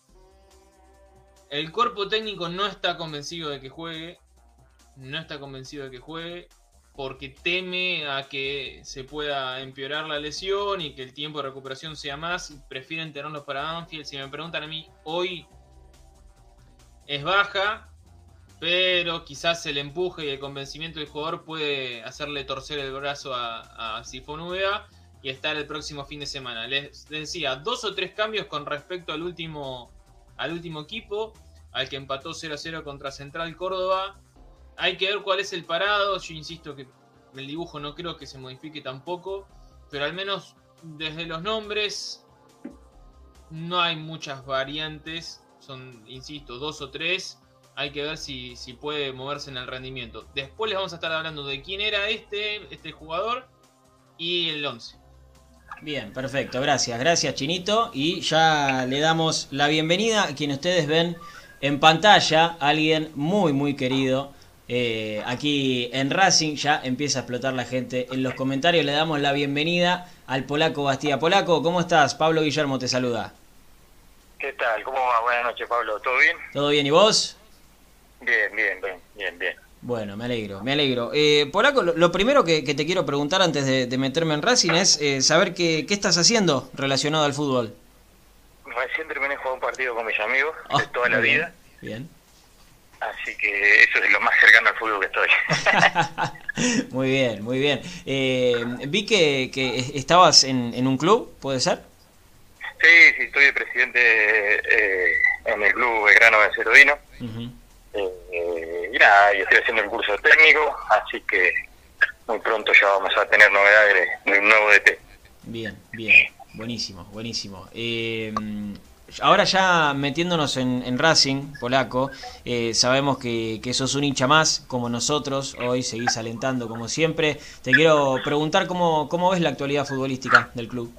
El cuerpo técnico no está convencido de que juegue, no está convencido de que juegue, porque teme a que se pueda empeorar la lesión y que el tiempo de recuperación sea más, y prefieren tenerlos para Banfield. Si me preguntan a mí, hoy es baja, pero quizás el empuje y el convencimiento del jugador puede hacerle torcer el brazo a, a Sifón Uvea y estar el próximo fin de semana. Les, les decía, dos o tres cambios con respecto al último, al último equipo, al que empató cero a cero contra Central Córdoba. Hay que ver cuál es el parado. Yo insisto que el dibujo no creo que se modifique tampoco, pero al menos desde los nombres no hay muchas variantes. Son, insisto, dos o tres. Hay que ver si, si puede moverse en el rendimiento. Después les vamos a estar hablando de quién era este, este jugador y el once. Bien, perfecto, gracias, gracias Chinito. Y ya le damos la bienvenida a quien ustedes ven en pantalla, alguien muy muy querido. Eh, aquí en Racing ya empieza a explotar la gente en los comentarios. Le damos la bienvenida al Polaco Bastía. Polaco, ¿cómo estás? Pablo Guillermo te saluda. ¿Qué tal? ¿Cómo va? Buenas noches, Pablo. ¿Todo bien? ¿Todo bien y vos? Bien, bien, bien, bien, bien. Bueno, me alegro, me alegro. Eh, Polaco, lo, lo primero que, que te quiero preguntar antes de, de meterme en Racing es eh, saber qué, qué estás haciendo relacionado al fútbol. Recién terminé de jugar un partido con mis amigos Oh, de toda la bien, vida. Bien. Así que eso es lo más cercano al fútbol que estoy. Muy bien, muy bien. Eh, vi que, que estabas en, en un club, ¿puede ser? Sí, sí, estoy de presidente eh, en el club Belgrano de Cerodino. Uh-huh. eh, y nada, yo estoy haciendo el curso técnico, así que muy pronto ya vamos a tener novedades de, de un nuevo D T. Bien, bien, buenísimo, buenísimo. Eh, ahora ya metiéndonos en, en Racing, Polaco, eh, sabemos que, que sos un hincha más como nosotros, hoy seguís alentando como siempre. Te quiero preguntar cómo, cómo ves la actualidad futbolística del club.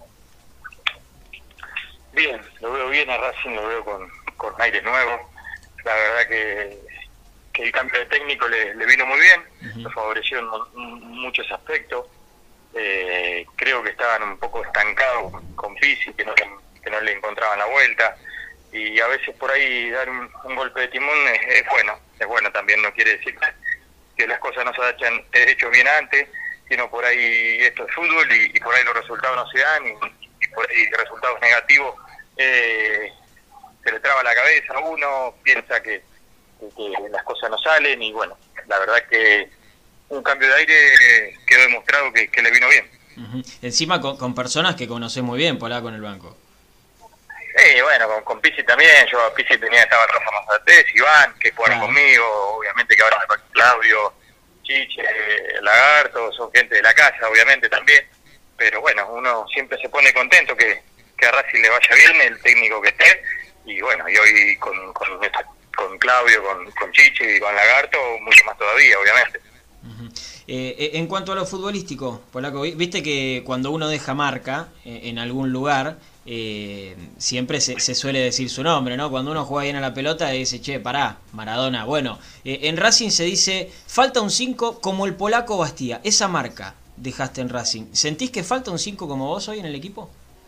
Bien, lo veo bien a Racing, lo veo con, con aire nuevo. La verdad que, que el cambio de técnico le, le vino muy bien, uh-huh. Lo favoreció en, en muchos aspectos. Eh, creo que estaban un poco estancados con, con Pizzi, que no, que no le encontraban la vuelta. Y a veces por ahí dar un, un golpe de timón es, es bueno, es bueno también, no quiere decir que las cosas no se hayan hecho bien antes, sino por ahí esto es fútbol y, y por ahí los resultados no se dan y, y por ahí resultados negativos. Eh, se le traba la cabeza a uno, piensa que, que, que las cosas no salen y bueno, la verdad que un cambio de aire quedó demostrado que, que le vino bien. Uh-huh. Encima con, con personas que conocés muy bien, Polaco, en el banco. Sí, bueno, con, con Pizzi también, yo a Pizzi tenía, estaba Rafa Mazatés, Iván, que jugaron claro. conmigo, obviamente que ahora Claudio, Chiche, Lagarto, son gente de la casa, obviamente también, pero bueno, uno siempre se pone contento que que a Racing le vaya bien, el técnico que esté, y bueno, y hoy con, con, con Claudio, con, con Chiche y con Lagarto, mucho más todavía, obviamente. Uh-huh. eh, en cuanto a lo futbolístico, Polaco, viste que cuando uno deja marca eh, en algún lugar, eh, siempre se, se suele decir su nombre, ¿no? Cuando uno juega bien a la pelota, dice, che, pará, Maradona. Bueno, eh, en Racing se dice, falta un cinco como el Polaco Bastía, esa marca dejaste en Racing. ¿Sentís que falta un cinco como vos hoy en el equipo?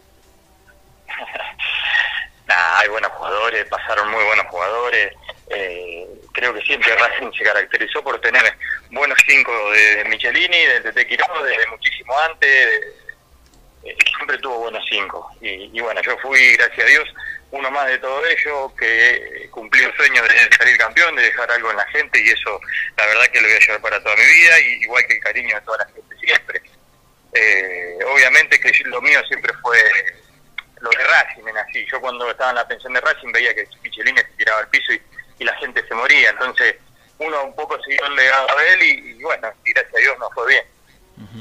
Nah, hay buenos jugadores, pasaron muy buenos jugadores. Eh, creo que siempre Racing se caracterizó por tener buenos cinco de, de Michelini, de Tete Quiroz, desde muchísimo antes. De, eh, siempre tuvo buenos cinco. Y, y bueno, yo fui, gracias a Dios, uno más de todo ello, que cumplí el sueño de salir campeón, de dejar algo en la gente, y eso, la verdad que lo voy a llevar para toda mi vida, y igual que el cariño de toda la gente siempre. Eh, obviamente que lo mío siempre fue lo de Racing, en así. Yo cuando estaba en la pensión de Racing veía que Michelini se tiraba al piso y, y la gente se moría, entonces uno un poco siguió el legado de él y, y bueno, y gracias a Dios nos fue bien. Uh-huh,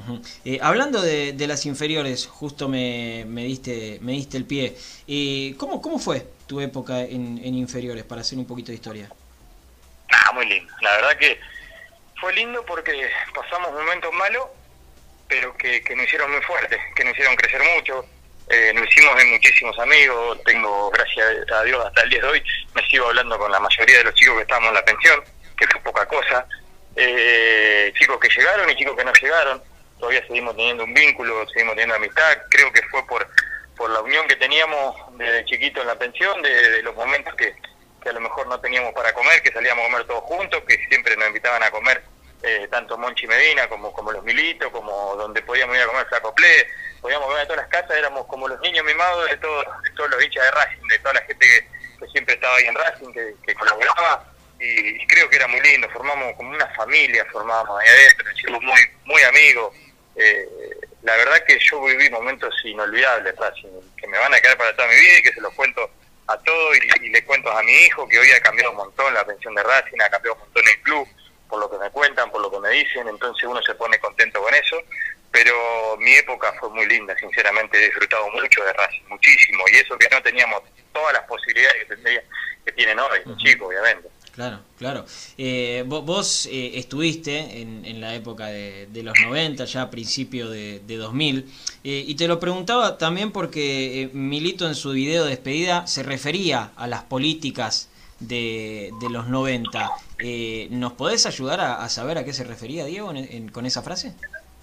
Uh-huh. eh, hablando de, de las inferiores, justo me, me diste me diste el pie. Eh, ¿cómo, ¿Cómo fue tu época en, en inferiores, para hacer un poquito de historia? Ah, muy lindo. La verdad que fue lindo porque pasamos momentos malos, pero que, que nos hicieron muy fuertes, que nos hicieron crecer mucho. Eh, nos hicimos de muchísimos amigos. Tengo, gracias a Dios, hasta el día de hoy, me sigo hablando con la mayoría de los chicos que estábamos en la pensión, que fue poca cosa. Eh, chicos que llegaron y chicos que no llegaron. Todavía seguimos teniendo un vínculo, seguimos teniendo amistad. Creo que fue por por la unión que teníamos desde chiquito en la pensión, de, de los momentos que, que a lo mejor no teníamos para comer, que salíamos a comer todos juntos, que siempre nos invitaban a comer, eh, tanto Monchi Medina como, como los Militos, como donde podíamos ir a comer Flaco Ple, podíamos comer a todas las casas, éramos como los niños mimados de todos, de todos los hinchas de Racing, de toda la gente que, que siempre estaba ahí en Racing, que, que colaboraba, y, y creo que era muy lindo. Formamos como una familia, formábamos ahí adentro, nos hicimos muy, muy amigos. Eh, la verdad que yo viví momentos inolvidables, Racing, que me van a quedar para toda mi vida y que se los cuento a todos, y, y le cuento a mi hijo que hoy ha cambiado un montón la pensión de Racing, ha cambiado un montón el club, por lo que me cuentan, por lo que me dicen, entonces uno se pone contento con eso. Pero mi época fue muy linda, sinceramente he disfrutado mucho de Racing, muchísimo, y eso que no teníamos todas las posibilidades que, tendría, que tienen hoy, uh-huh. Chicos, obviamente. Claro, claro. Eh, vos vos eh, estuviste en, en la época de, de los noventa, ya a principio de, de dos mil, eh, y te lo preguntaba también porque eh, Milito en su video de despedida se refería a las políticas de, de los noventa. Eh, ¿Nos podés ayudar a, a saber a qué se refería, Diego, en, en, con esa frase?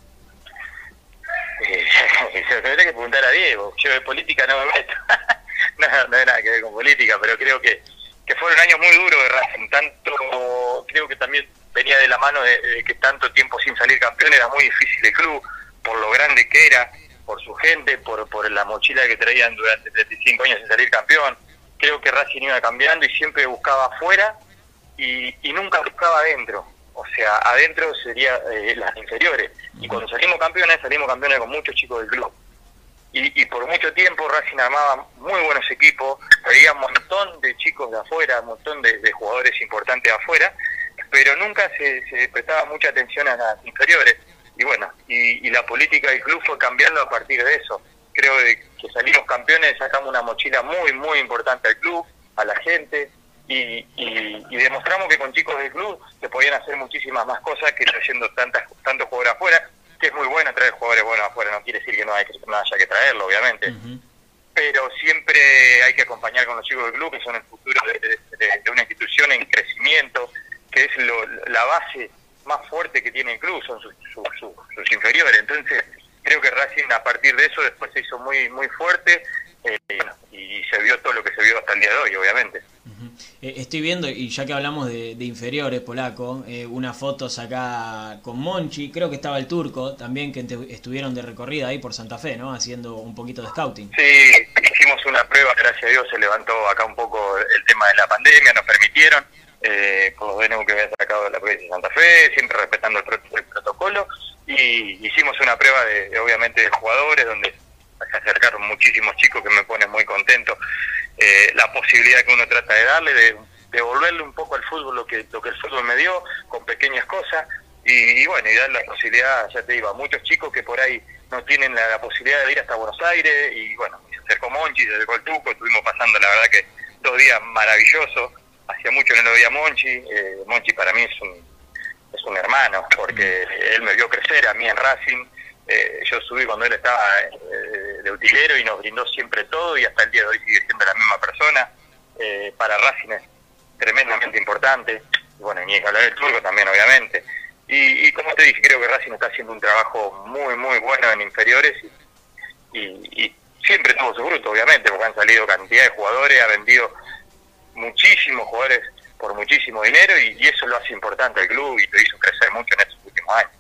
Eh, se lo tendría que preguntar a Diego. Yo de política no me meto. no, no hay nada que ver con política, pero creo que que fueron años muy duros de Racing, tanto, creo que también venía de la mano de, de que tanto tiempo sin salir campeón era muy difícil el club, por lo grande que era, por su gente, por, por la mochila que traían durante treinta y cinco años sin salir campeón. Creo que Racing iba cambiando y siempre buscaba afuera y, y nunca buscaba adentro, o sea, adentro sería eh, las inferiores, y cuando salimos campeones, salimos campeones con muchos chicos del club. Y, y por mucho tiempo Racing armaba muy buenos equipos, traía un montón de chicos de afuera, un montón de, de jugadores importantes de afuera, pero nunca se, se prestaba mucha atención a las inferiores. Y bueno, y, y la política del club fue cambiando a partir de eso. Creo de que salimos campeones, sacamos una mochila muy, muy importante al club, a la gente, y, y, y demostramos que con chicos del club se podían hacer muchísimas más cosas que trayendo tantas, tantos jugadores afuera, que es muy bueno traer jugadores buenos afuera, no quiere decir que no, hay que, no haya que traerlo, obviamente, uh-huh. Pero siempre hay que acompañar con los chicos del club, que son el futuro de, de, de, de una institución en crecimiento, que es lo, la base más fuerte que tiene el club, son sus, sus, sus, sus inferiores. Entonces creo que Racing a partir de eso después se hizo muy muy fuerte, eh, y se vio todo lo que se vio hasta el día de hoy, obviamente. Uh-huh. eh, estoy viendo, y ya que hablamos de, de inferiores, Polaco, eh, unas fotos acá con Monchi, creo que estaba el Turco también, que te, estuvieron de recorrida ahí por Santa Fe, ¿no? Haciendo un poquito de scouting. Sí, hicimos una prueba, gracias a Dios se levantó acá un poco el tema de la pandemia, nos permitieron, eh, con los D N U que había sacado de la provincia de Santa Fe, siempre respetando el, pro el protocolo, y hicimos una prueba de, de obviamente de jugadores, donde se acercaron muchísimos chicos, que me pone muy contento, eh, la posibilidad que uno trata de darle, de devolverle un poco al fútbol lo que lo que el fútbol me dio, con pequeñas cosas, y, y bueno, y dar la posibilidad, ya te digo, a muchos chicos que por ahí no tienen la, la posibilidad de ir hasta Buenos Aires, y bueno, se acercó Monchi, se acercó el Tuco, estuvimos pasando la verdad que dos días maravillosos, hacía mucho que no lo veía Monchi, eh, Monchi para mí es un, es un hermano, porque él me vio crecer a mí en Racing. Eh, yo subí cuando él estaba eh, de utilero y nos brindó siempre todo, y hasta el día de hoy sigue siendo la misma persona. Eh, para Racing es tremendamente importante, y bueno, ni que hablar del Turco también, obviamente. Y, y como te dije, creo que Racing está haciendo un trabajo muy, muy bueno en inferiores, y, y, y siempre tuvo su fruto, obviamente, porque han salido cantidad de jugadores, ha vendido muchísimos jugadores por muchísimo dinero, y, y eso lo hace importante al club y lo hizo crecer mucho en estos últimos años.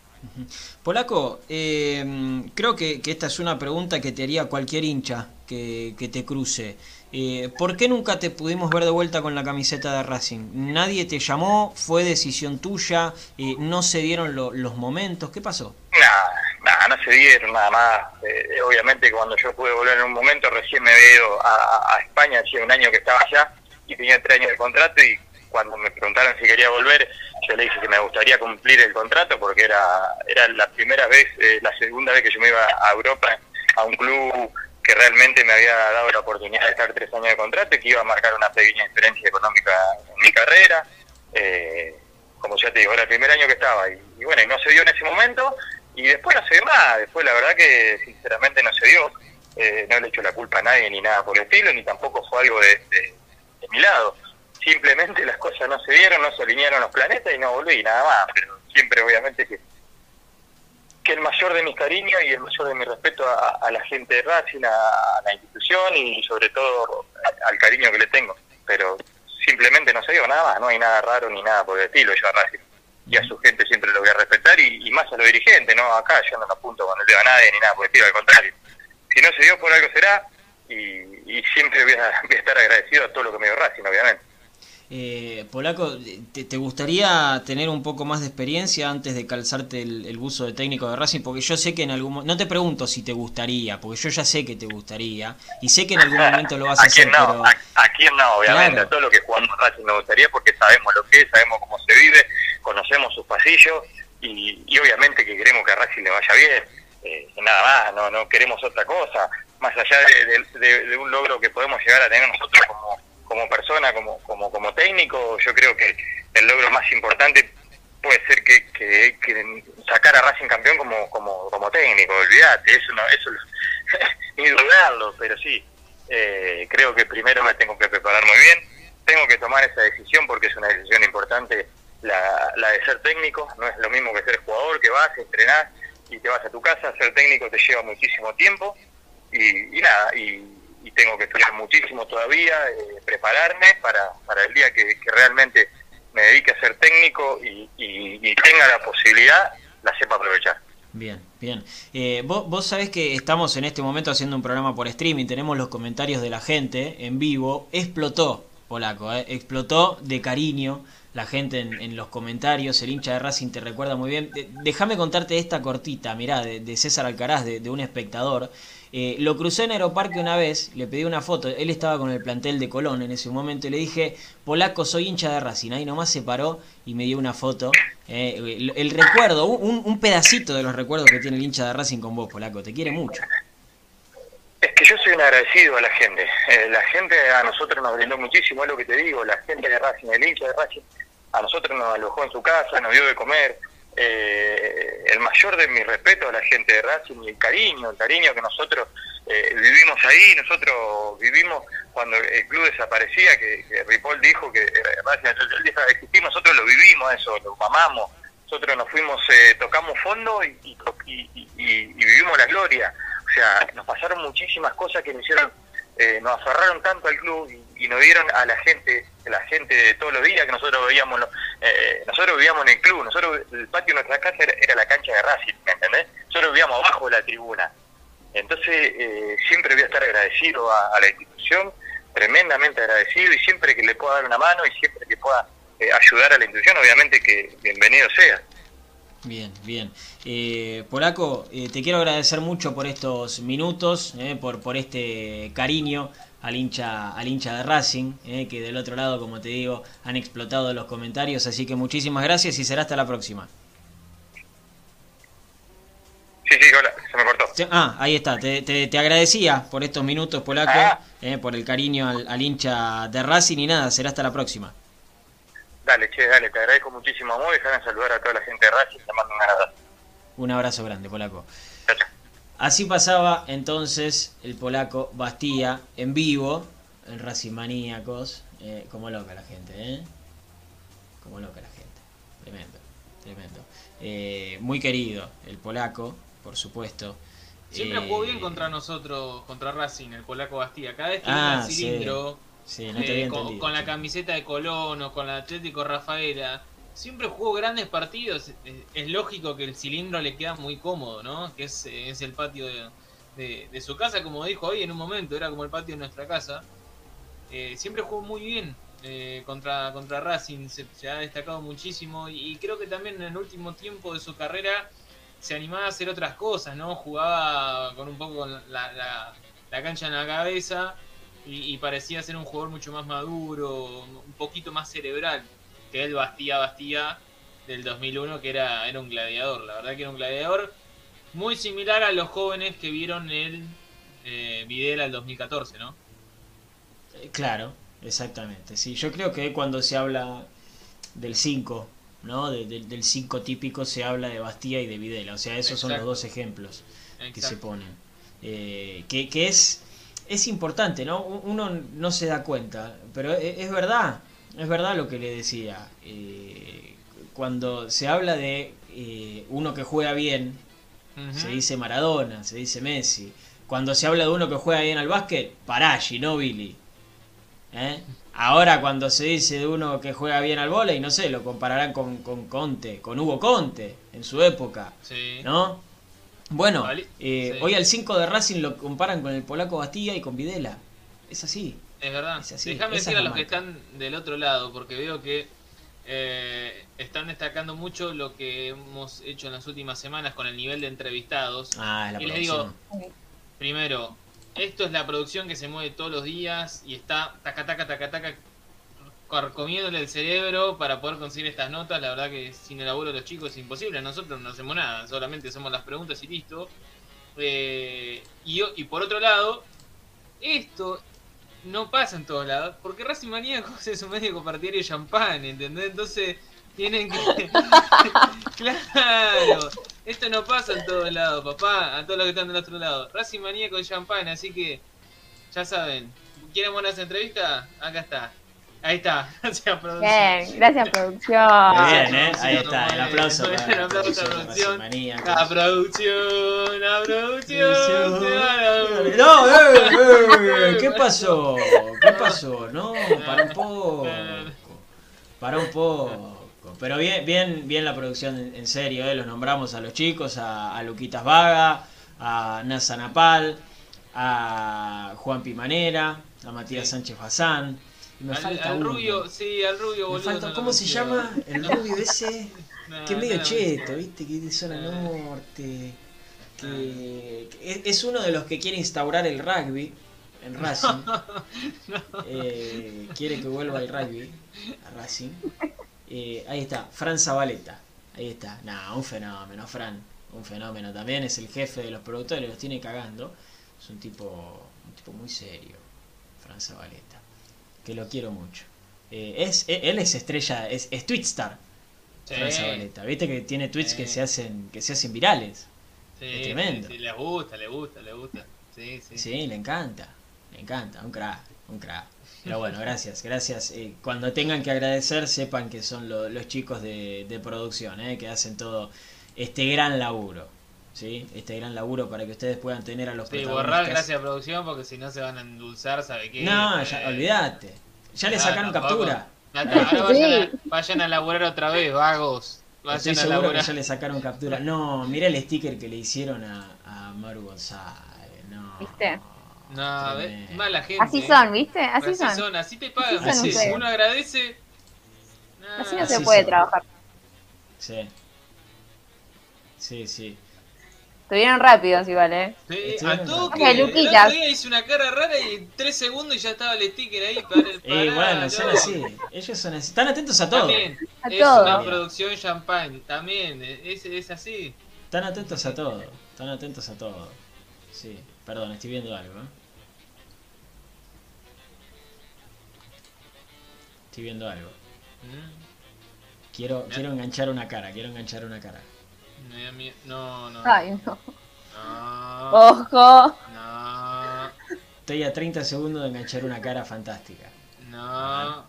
Polaco, eh, creo que, que esta es una pregunta que te haría cualquier hincha que, que te cruce. Eh, ¿Por qué nunca te pudimos ver de vuelta con la camiseta de Racing? ¿Nadie te llamó? ¿Fue decisión tuya? Eh, ¿No se dieron lo, los momentos? ¿Qué pasó? Nada, nada, no se dieron nada más. Eh, obviamente cuando yo pude volver en un momento, recién me veo a, a España, hacía un año que estaba allá y tenía tres años de contrato, y cuando me preguntaron si quería volver, yo le dije que me gustaría cumplir el contrato porque era era la primera vez, eh, la segunda vez que yo me iba a Europa, a un club que realmente me había dado la oportunidad de estar tres años de contrato y que iba a marcar una pequeña diferencia económica en mi carrera. Eh, como ya te digo, era el primer año que estaba y, y bueno, y no se dio en ese momento y después no se dio más, después la verdad que sinceramente no se dio, eh, no le echo la culpa a nadie ni nada por el estilo, ni tampoco fue algo de, de, de mi lado, simplemente las cosas no se dieron, no se alinearon los planetas y no volví, nada más, pero siempre obviamente que que el mayor de mis cariños y el mayor de mi respeto a, a la gente de Racing, a, a la institución y sobre todo al cariño que le tengo, pero simplemente no se dio nada más, no hay nada raro ni nada por el estilo. Yo a Racing y a su gente siempre lo voy a respetar y, y más a los dirigentes, no acá yo no me apunto con el dedo a nadie ni nada por el estilo, al contrario, si no se dio por algo será y, y siempre voy a, voy a estar agradecido a todo lo que me dio Racing, obviamente. Eh, Polaco, ¿te, ¿te gustaría tener un poco más de experiencia antes de calzarte el, el buzo de técnico de Racing? Porque yo sé que en algún momento, no te pregunto si te gustaría, porque yo ya sé que te gustaría, y sé que en algún momento lo vas a, ¿A quién hacer, no? pero... ¿A, a quién no? Obviamente, Claro. A todo lo que jugamos en Racing nos gustaría porque sabemos lo que es, sabemos cómo se vive, conocemos sus pasillos y, y obviamente que queremos que a Racing le vaya bien, eh, nada más, no no queremos otra cosa, más allá de, de, de, de un logro que podemos llegar a tener nosotros como como persona, como, como como técnico. Yo creo que el logro más importante puede ser que, que, que sacar a Racing campeón como como como técnico, olvídate, eso no, eso ni dudarlo, pero sí, eh, creo que primero me tengo que preparar muy bien, tengo que tomar esa decisión porque es una decisión importante, la, la de ser técnico, no es lo mismo que ser jugador, que vas, entrenás y te vas a tu casa. Ser técnico te lleva muchísimo tiempo y, y nada, y y tengo que estudiar muchísimo todavía, eh, prepararme para, para el día que, que realmente me dedique a ser técnico y, y, y tenga la posibilidad, la sepa aprovechar. Bien, bien. Eh, vos, vos sabés que estamos en este momento haciendo un programa por streaming, tenemos los comentarios de la gente en vivo, explotó, Polaco, eh, explotó de cariño la gente en, en los comentarios, el hincha de Racing te recuerda muy bien. De, déjame contarte esta cortita, mirá, de, de César Alcaraz, de, de un espectador. Eh, lo crucé en Aeroparque una vez, le pedí una foto, él estaba con el plantel de Colón en ese momento y le dije, Polaco, soy hincha de Racing, ahí nomás se paró y me dio una foto. Eh, el, el recuerdo, un, un pedacito de los recuerdos que tiene el hincha de Racing con vos, Polaco, te quiere mucho. Es que yo soy un agradecido a la gente, eh, la gente a nosotros nos brindó muchísimo, es lo que te digo, la gente de Racing, el hincha de Racing, a nosotros nos alojó en su casa, nos dio de comer. Eh, el mayor de mi respeto a la gente de Racing y el cariño, el cariño que nosotros eh, vivimos ahí, nosotros vivimos cuando el club desaparecía, que, que Ripoll dijo que Racing el día que existimos, nosotros lo vivimos eso, lo mamamos, nosotros nos fuimos, eh, tocamos fondo y, y, y, y, y vivimos la gloria, o sea, nos pasaron muchísimas cosas que nos hicieron, eh, nos aferraron tanto al club y, y nos dieron a la gente, la gente de todos los días que nosotros veíamos, eh, nosotros vivíamos en el club, nosotros el patio de nuestra casa era, era la cancha de Racing, ¿me entendés? Nosotros vivíamos abajo de la tribuna, entonces eh, siempre voy a estar agradecido a, a la institución, tremendamente agradecido y siempre que le pueda dar una mano y siempre que pueda eh, ayudar a la institución, obviamente que bienvenido sea. Bien, bien. Eh, Polaco, eh, te quiero agradecer mucho por estos minutos, eh, por por este cariño al hincha al hincha de Racing, eh, que del otro lado, como te digo, han explotado los comentarios, así que muchísimas gracias y será hasta la próxima. Sí, sí, hola, se me cortó. Ah, ahí está, te, te, te agradecía por estos minutos, Polaco, Ah. eh, por el cariño al, al hincha de Racing y nada, será hasta la próxima. Dale, che, dale, te agradezco muchísimo, amor, déjame saludar a toda la gente de Racing, te mando un abrazo. Un abrazo grande, Polaco. Chao, chao. Así pasaba entonces el Polaco Bastía en vivo, en Racing Maníacos, eh, como loca la gente, ¿eh? Como loca la gente, tremendo, tremendo. Eh, muy querido el Polaco, por supuesto. Siempre eh, jugó bien contra nosotros, contra Racing, el Polaco Bastía. Cada vez que Ah, iba al cilindro, sí, no te había eh, con, entendido, con la sí. camiseta de Colón o con la Atlético Rafaela, siempre jugó grandes partidos. Es, es lógico que el cilindro le queda muy cómodo, ¿no? Que es, es el patio de, de, de su casa, como dijo hoy en un momento, era como el patio de nuestra casa. Eh, siempre jugó muy bien eh, contra, contra Racing, se, se ha destacado muchísimo y, y creo que también en el último tiempo de su carrera se animaba a hacer otras cosas, ¿no? Jugaba con un poco con la, la, la cancha en la cabeza y, y parecía ser un jugador mucho más maduro, un poquito más cerebral que él Bastía Bastía del dos mil uno, que era, era un gladiador. La verdad que era un gladiador muy similar a los jóvenes que vieron el eh, Videla el dos mil catorce, ¿no? Eh, Claro, exactamente. Sí, yo creo que cuando se habla del cinco, ¿no? De- de- del cinco típico se habla de Bastía y de Videla. O sea, esos son los Exacto. dos ejemplos que se Exacto. ponen. Eh, que, que es, es importante, ¿no? U- Uno no se da cuenta, pero e- es verdad, es verdad lo que le decía. Eh, cuando se habla de eh, uno que juega bien, Ujú. se dice Maradona, se dice Messi. Cuando se habla de uno que juega bien al básquet, pará, Ginóbili. ¿Eh? Ahora cuando se dice de uno que juega bien al vóley, no sé, lo compararán con, con Conte, con Hugo Conte en su época, Sí. ¿no? Bueno, Vale. eh, Sí. hoy al cinco de Racing lo comparan con el polaco Bastía y con Videla. Es así. Es verdad. Es así, Déjame esa decir es a la los que marca. están del otro lado, porque veo que eh, están destacando mucho lo que hemos hecho en las últimas semanas con el nivel de entrevistados. Ah, es la Y les digo, producción. primero, esto es la producción que se mueve todos los días y está taca taca taca taca carcomiéndole el cerebro para poder conseguir estas notas. La verdad que sin el laburo de los chicos es imposible. Nosotros no hacemos nada, solamente hacemos las preguntas y listo. Eh, y, y por otro lado, esto no pasa en todos lados, porque Racing Maníacos es un medio compartidario de champán, ¿entendés? Entonces tienen que... Claro, esto no pasa en todos lados, papá, a todos los que están del otro lado. Racing Maníaco de champán, así que ya saben, ¿quieren buenas entrevistas? Acá está. Ahí está, gracias producción. Bien, gracias producción. Bien, ¿eh? producción, Ahí está, el bueno, aplauso bueno, para el la aplauso a la producción de producción. Racing Maníacos. La producción, la producción. Producción. No, eh, eh, ¿qué pasó? ¿Qué pasó? No, para un poco. Para un poco. Pero bien, bien, bien la producción en, en serio, ¿eh? Los nombramos a los chicos, a, a Luquitas Vaga, a Nasa Napal, a Juan Pimanera, a Matías Sí. Sánchez Bazán. Y me Al, falta al uno. rubio, sí, al rubio, Me boludo. falta, no lo ¿cómo se menciono. llama? El rubio ese. No, Que es no medio lo cheto, menciono. ¿viste? Que es de zona Ah. norte. Que, que es, es uno de los que quiere instaurar el rugby en Racing. Eh, quiere que vuelva el rugby a Racing. Eh, ahí está, Fran Zabaleta. Ahí está. Nah, un fenómeno, Fran. Un fenómeno también. Es el jefe de los productores, los tiene cagando. Es un tipo, un tipo muy serio, Fran Zabaleta. Que lo quiero mucho. Eh, es, él es estrella, es, es Twitstar. Sí, Fran Zabaleta. Viste que tiene tweets Sí. que se hacen, que se hacen virales. sí, es tremendo. sí, sí, le gusta, le gusta, le gusta. Sí, sí. Sí, le encanta. Le encanta, un crack, un crack. Pero bueno, gracias, gracias. Eh, cuando tengan que agradecer, sepan que son lo- los chicos de, de producción, eh, que hacen todo este gran laburo. ¿Sí? Este gran laburo para que ustedes puedan tener a los Sí, protagonistas. borrar gracias a producción porque si no se van a endulzar, ¿sabe qué? No, Eh, ya, olvídate. Ya le ah, sacaron tampoco. captura. Ya está, ahora vayan, Sí. a, vayan a laburar otra vez, vagos. Estoy Vayan a seguro que laburar. ya le sacaron captura. No, mira el sticker que le hicieron a, a Maru González. No. ¿Viste? No, ve, Tremendo. mala gente. Así eh. son, ¿viste? Así Así son. son, así te pagan. Así ¿viste? son. Uno agradece. Así no Nah, se Así puede son. trabajar. Sí. Sí, sí. Estuvieron rápidos igual, ¿eh? Sí, Estuvieron a toque. rápidos. El Luquitas. otro día hice una cara rara y en tres segundos y ya estaba el sticker ahí para el Eh, bueno, son así. Ellos son así. Están atentos a todo. También, A es todo. una producción champagne, también, es, es así. Están atentos a todo. Están atentos a todo. Sí. Perdón, estoy viendo algo. ¿eh? Estoy viendo algo. Mm, Quiero, Bien. quiero enganchar una cara. Quiero enganchar una cara. me da mie- No, no. Ay, no. No, Ojo. no, Estoy a treinta segundos de enganchar una cara fantástica. no,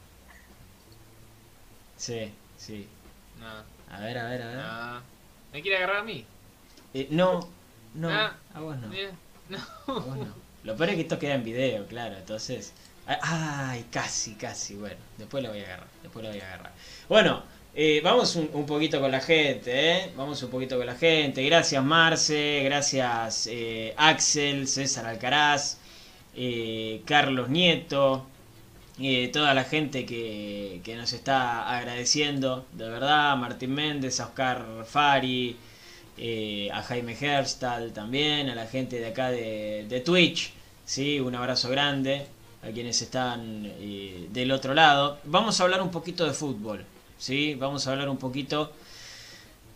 Sí, sí. no, A ver, a ver, a ver. no. ¿Me quiere agarrar a mí? Eh, no, no. Ah, A vos no. Bien. A No. vos no. Lo peor es que esto queda en video, claro. Entonces. Ay, casi, casi. Bueno, después lo voy a agarrar. Después lo voy a agarrar. Bueno, eh, vamos un, un poquito con la gente, ¿eh? Vamos un poquito con la gente. Gracias, Marce. Gracias, eh, Axel, César Alcaraz, eh, Carlos Nieto. Eh, toda la gente que, que nos está agradeciendo, de verdad. Martín Méndez, a Oscar Fari, eh, a Jaime Herstal también, a la gente de acá de, de Twitch. ¿Sí? Un abrazo grande a quienes están eh, del otro lado. Vamos a hablar un poquito de fútbol, ¿sí? Vamos a hablar un poquito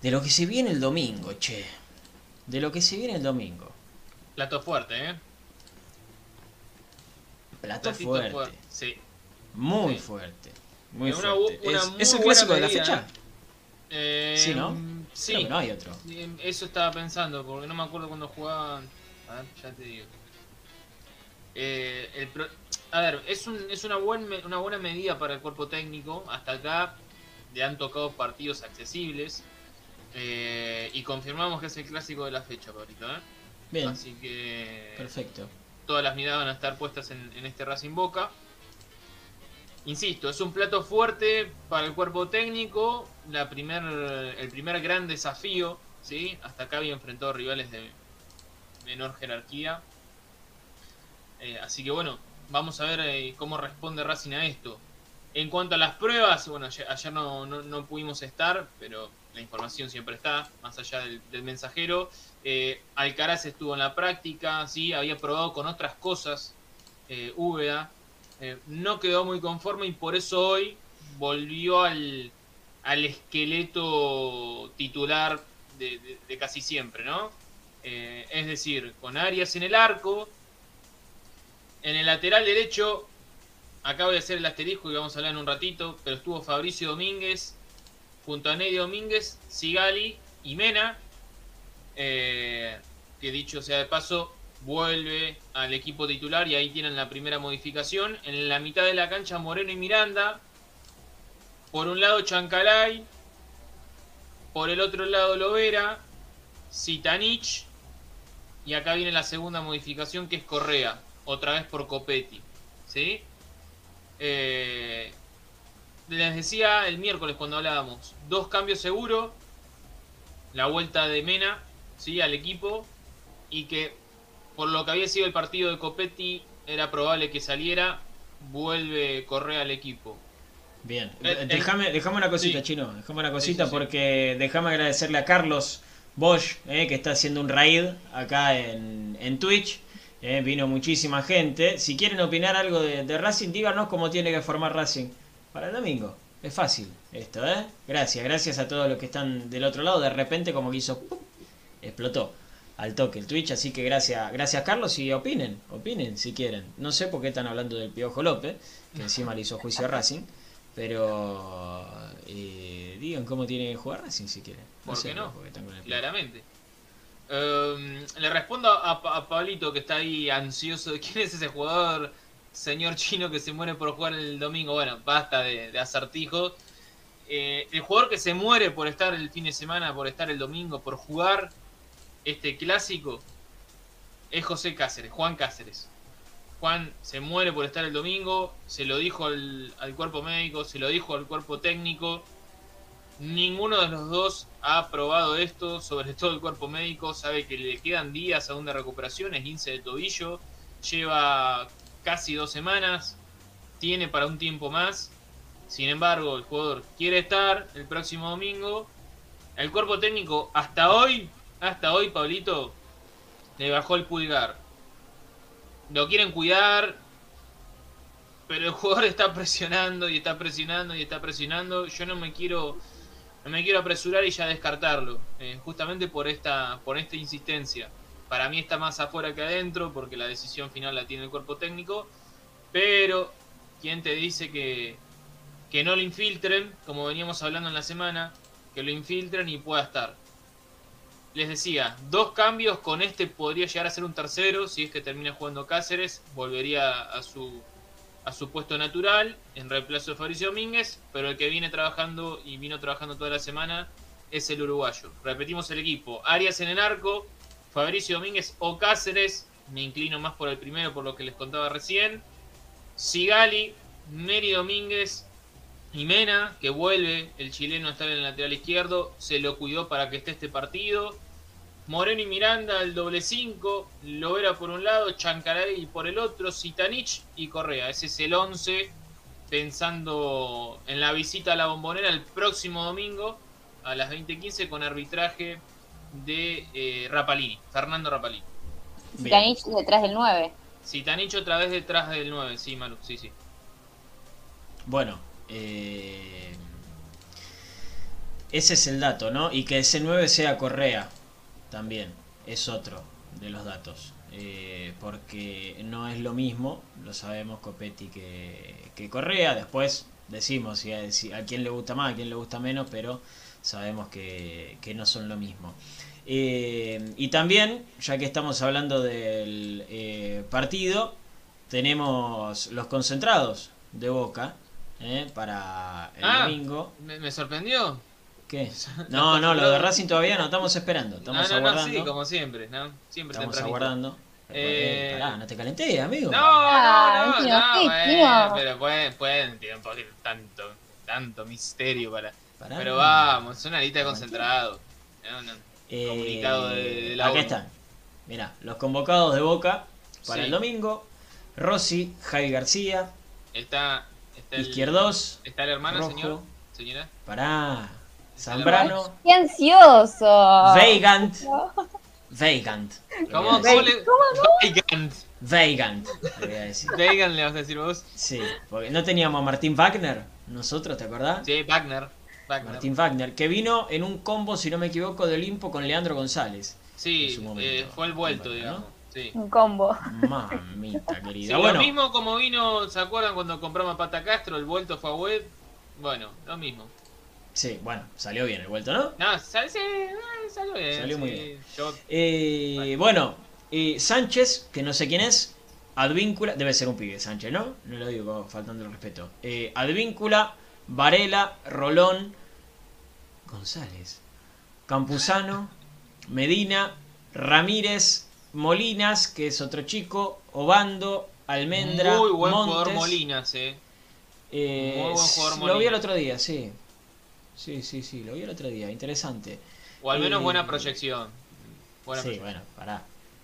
de lo que se viene el domingo, che. De lo que se viene el domingo. Plato fuerte, ¿eh? Plato Platito fuerte. fuerte, sí. Muy Sí. fuerte. Muy Una fuerte. bu- una ¿Es, muy ¿es el buena clásico de la medida, fecha? Eh, Sí, ¿no? Sí. Creo que no hay otro. Eh, Eso estaba pensando, porque no me acuerdo cuando jugaban. A ver, ya te digo. Eh, el pro- A ver, es, un, es una, buen, me- una buena medida para el cuerpo técnico. Hasta acá le han tocado partidos accesibles. Eh, y confirmamos que es el clásico de la fecha, Pablito, ¿eh? Bien, Así que perfecto. todas las miradas van a estar puestas en, en este Racing Boca. Insisto, es un plato fuerte para el cuerpo técnico, la primer, el primer gran desafío, ¿sí? Hasta acá había enfrentado rivales de menor jerarquía. Eh, así que bueno, vamos a ver eh, cómo responde Racing a esto. En cuanto a las pruebas, bueno, ayer, ayer no, no, no pudimos estar, pero la información siempre está, más allá del, del mensajero. Eh, Alcaraz estuvo en la práctica, ¿sí? Había probado con otras cosas, eh, Úbeda. Eh, no quedó muy conforme y por eso hoy volvió al, al esqueleto titular de, de, de casi siempre, ¿no? Eh, es decir, con Arias en el arco, en el lateral derecho, acá voy a hacer el asterisco y vamos a hablar en un ratito, pero estuvo Fabricio Domínguez junto a Ney Domínguez, Sigali y Mena, eh, que dicho sea de paso, vuelve al equipo titular y ahí tienen la primera modificación. En la mitad de la cancha Moreno y Miranda, por un lado Chancalay, por el otro lado Lovera, Zitanich, y acá viene la segunda modificación que es Correa, otra vez por Copetti, ¿sí? Eh, les decía el miércoles cuando hablábamos, dos cambios seguros, la vuelta de Mena, ¿sí? Al equipo, y que por lo que había sido el partido de Copetti era probable que saliera, vuelve Correa al equipo. Bien, Eh, déjame, déjame una cosita, sí. Chino, déjame una cosita Sí, sí, sí. porque déjame agradecerle a Carlos Bosch, eh, que está haciendo un raid acá en, en Twitch. Eh, vino muchísima gente. Si quieren opinar algo de, de Racing, díganos cómo tiene que formar Racing para el domingo. Es fácil esto, ¿eh? Gracias, gracias a todos los que están del otro lado. De repente como que hizo... ¡pum! Explotó al toque el Twitch, así que gracias, gracias Carlos, y opinen, opinen si quieren. No sé por qué están hablando del Piojo López, que encima le hizo juicio a Racing, pero eh, digan cómo tiene que jugar Racing si quieren. ¿Por sé, qué no? porque están con el Piojo. Claramente. Um, le respondo a, a Pablito que está ahí ansioso. ¿Quién es ese jugador, señor chino, que se muere por jugar el domingo? Bueno, basta de, de acertijos. Eh, el jugador que se muere por estar el fin de semana, por estar el domingo, por jugar este clásico, es José Cáceres, Juan Cáceres. Juan se muere por estar el domingo, se lo dijo al, al cuerpo médico, se lo dijo al cuerpo técnico. Ninguno de los dos ha probado esto, sobre todo el cuerpo médico, sabe que le quedan días aún de recuperación, es esguince de tobillo, lleva casi dos semanas, tiene para un tiempo más. Sin embargo, el jugador quiere estar el próximo domingo. El cuerpo técnico hasta hoy, hasta hoy, Pablito, le bajó el pulgar. Lo quieren cuidar, pero el jugador está presionando y está presionando y está presionando. Yo no me quiero... No me quiero apresurar y ya descartarlo, eh, justamente por esta, por esta insistencia. Para mí está más afuera que adentro, porque la decisión final la tiene el cuerpo técnico, pero ¿quién te dice que, que no lo infiltren, como veníamos hablando en la semana, que lo infiltren y pueda estar? Les decía, dos cambios, con este podría llegar a ser un tercero, si es que termina jugando Cáceres, volvería a su... a su puesto natural, en reemplazo de Fabricio Domínguez, pero el que viene trabajando y vino trabajando toda la semana es el uruguayo. Repetimos el equipo: Arias en el arco, Fabricio Domínguez o Cáceres, me inclino más por el primero por lo que les contaba recién, Sigali, Neri Domínguez y Mena, que vuelve el chileno a estar en el lateral izquierdo, se lo cuidó para que esté este partido. Moreno y Miranda, el doble cinco, Lovera por un lado, Chancalay por el otro, Zitanich y Correa. Ese es el once, pensando en la visita a la Bombonera el próximo domingo a las veinte quince con arbitraje de eh, Rapalini, Fernando Rapalini. Zitanich detrás del nueve. Zitanich otra vez detrás del nueve, sí, Manu, sí, sí. Bueno, eh... ese es el dato, ¿no? Y que ese nueve sea Correa también es otro de los datos. Eh, porque no es lo mismo, lo sabemos, Copetti que, que Correa. Después decimos si a, si a quién le gusta más, a quién le gusta menos, pero sabemos que, que no son lo mismo. Eh, y también, ya que estamos hablando del eh, partido, tenemos los concentrados de Boca eh, para el ah, domingo. ¿Me, me sorprendió? ¿Qué? No, no, lo de Racing todavía no, estamos esperando, estamos no, no, aguardando. No, sí, como siempre, ¿no? Siempre estamos tempranito. aguardando. Eh... Eh, pará, no te calenté, amigo. No, no, no, no, no, sí, bueno, tío. pero pueden, pueden, tienen un poquito tanto, tanto misterio para. Pará, pero no. vamos, es una lista de concentrados. No, no, Eh, comunicado de, de la Aquí ONU. están. Mirá, los convocados de Boca para Sí. el domingo. Rossi, Javi García, Está, está el, Izquierdos, está el hermano, Rojo. señor, señora. Pará, Está Zambrano, ¡Qué ansioso! Weigand, Weigand. le voy a ¿Cómo, decir. cómo le.? Weigand. Weigand, le voy a decir. Weigand le vas a decir vos. Sí, porque no teníamos a Martín Wagner, nosotros, ¿te acordás? Sí, Wagner. Wagner. Martín Wagner, que vino en un combo, si no me equivoco, de Olimpo con Leandro González. en Sí, su momento. eh, fue el vuelto, Martín, ¿no? digamos. Sí. Un combo. Mamita Sí, querida. Bueno, Lo mismo como vino, ¿se acuerdan cuando compramos a Pata Castro? El vuelto fue a web. Bueno, lo mismo. sí, bueno, salió bien el vuelto, ¿no? No, sal, sí, eh, salió bien. Salió sí. muy bien. Yo, Eh, bueno, eh, Sánchez, que no sé quién es, Advíncula, debe ser un pibe Sánchez, ¿no? No lo digo como faltando el respeto. Eh, Advíncula, Varela, Rolón, González, Campuzano, Medina, Ramírez, Molinas, que es otro chico, Obando, Almendra, muy buen Montes. jugador Molinas, eh. Eh, Muy buen jugador lo vi Molinas. el otro día, sí. Sí, sí, sí, lo vi el otro día, interesante. O al menos Eh, buena proyección. Buena sí, proyección. bueno, pará.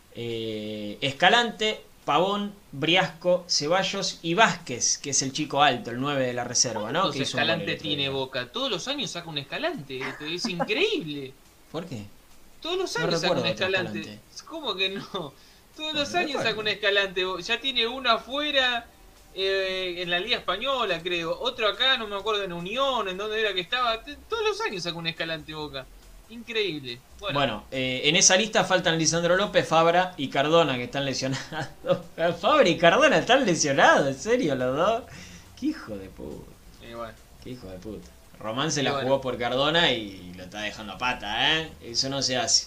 Eh, Escalante, Pavón, Briasco, Ceballos y Vázquez, que es el chico alto, el nueve de la reserva, ¿no? ¿Cuántos Que hizo un gol el escalantes otro tiene día. Boca? Todos los años saca un escalante. Es increíble. ¿Por qué? Todos los No años saca un recuerdo otro escalante. Escalante. ¿Cómo que no? Todos No los años recuerdo. saca un escalante. Ya tiene uno afuera eh, en la Liga Española, creo. Otro acá, no me acuerdo, en Unión, en donde era que estaba. T- Todos los años saca un escalante Boca. Increíble. Bueno, Bueno, eh, en esa lista faltan Lisandro López, Fabra y Cardona, que están lesionados. Fabra y Cardona están lesionados, ¿en serio los dos? Qué hijo de puta, eh, bueno. qué hijo de puta. Román se Y la bueno. jugó por Cardona y lo está dejando a pata, ¿eh? Eso no se hace.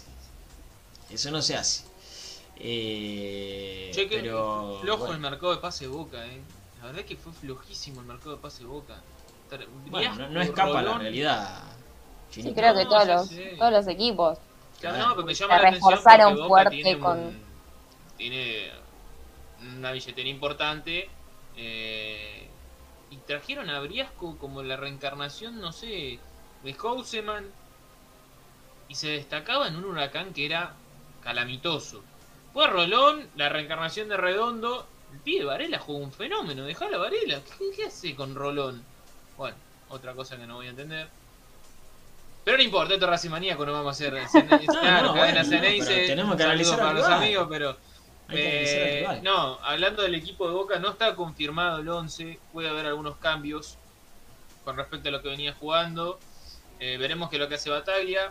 Eso no se hace. Eh, Che, que pero flojo bueno. el mercado de pase de Boca, eh. La verdad que fue flojísimo el mercado de pase de Boca. Ter- Bueno, no, no Briasco, escapa la Rolón. realidad. Sí, Chinito. creo que No, todos ya los, sé. todos los equipos. Claro, Claro. no, pero me llama Se la atención reforzaron porque Boca fuerte tiene, con- un- tiene una billetera importante eh, y trajeron a Briasco como la reencarnación, no sé, de Houseman y se destacaba en un Huracán que era calamitoso. Fue Rolón, la reencarnación de Redondo. El pibe Varela jugó un fenómeno, dejala Varela. ¿Qué, qué hace con Rolón? Bueno, otra cosa que no voy a entender. Pero no importa, esto es Racing Maníaco, no vamos a hacer Cene- No, claro, no, cadena bueno, no, Ceneice, pero tenemos un que saludo analizar para al los rival. amigos, pero Hay que analizar al eh, rival. no, hablando del equipo de Boca, no está confirmado el once, puede haber algunos cambios con respecto a lo que venía jugando. Eh, veremos qué es lo que hace Bataglia,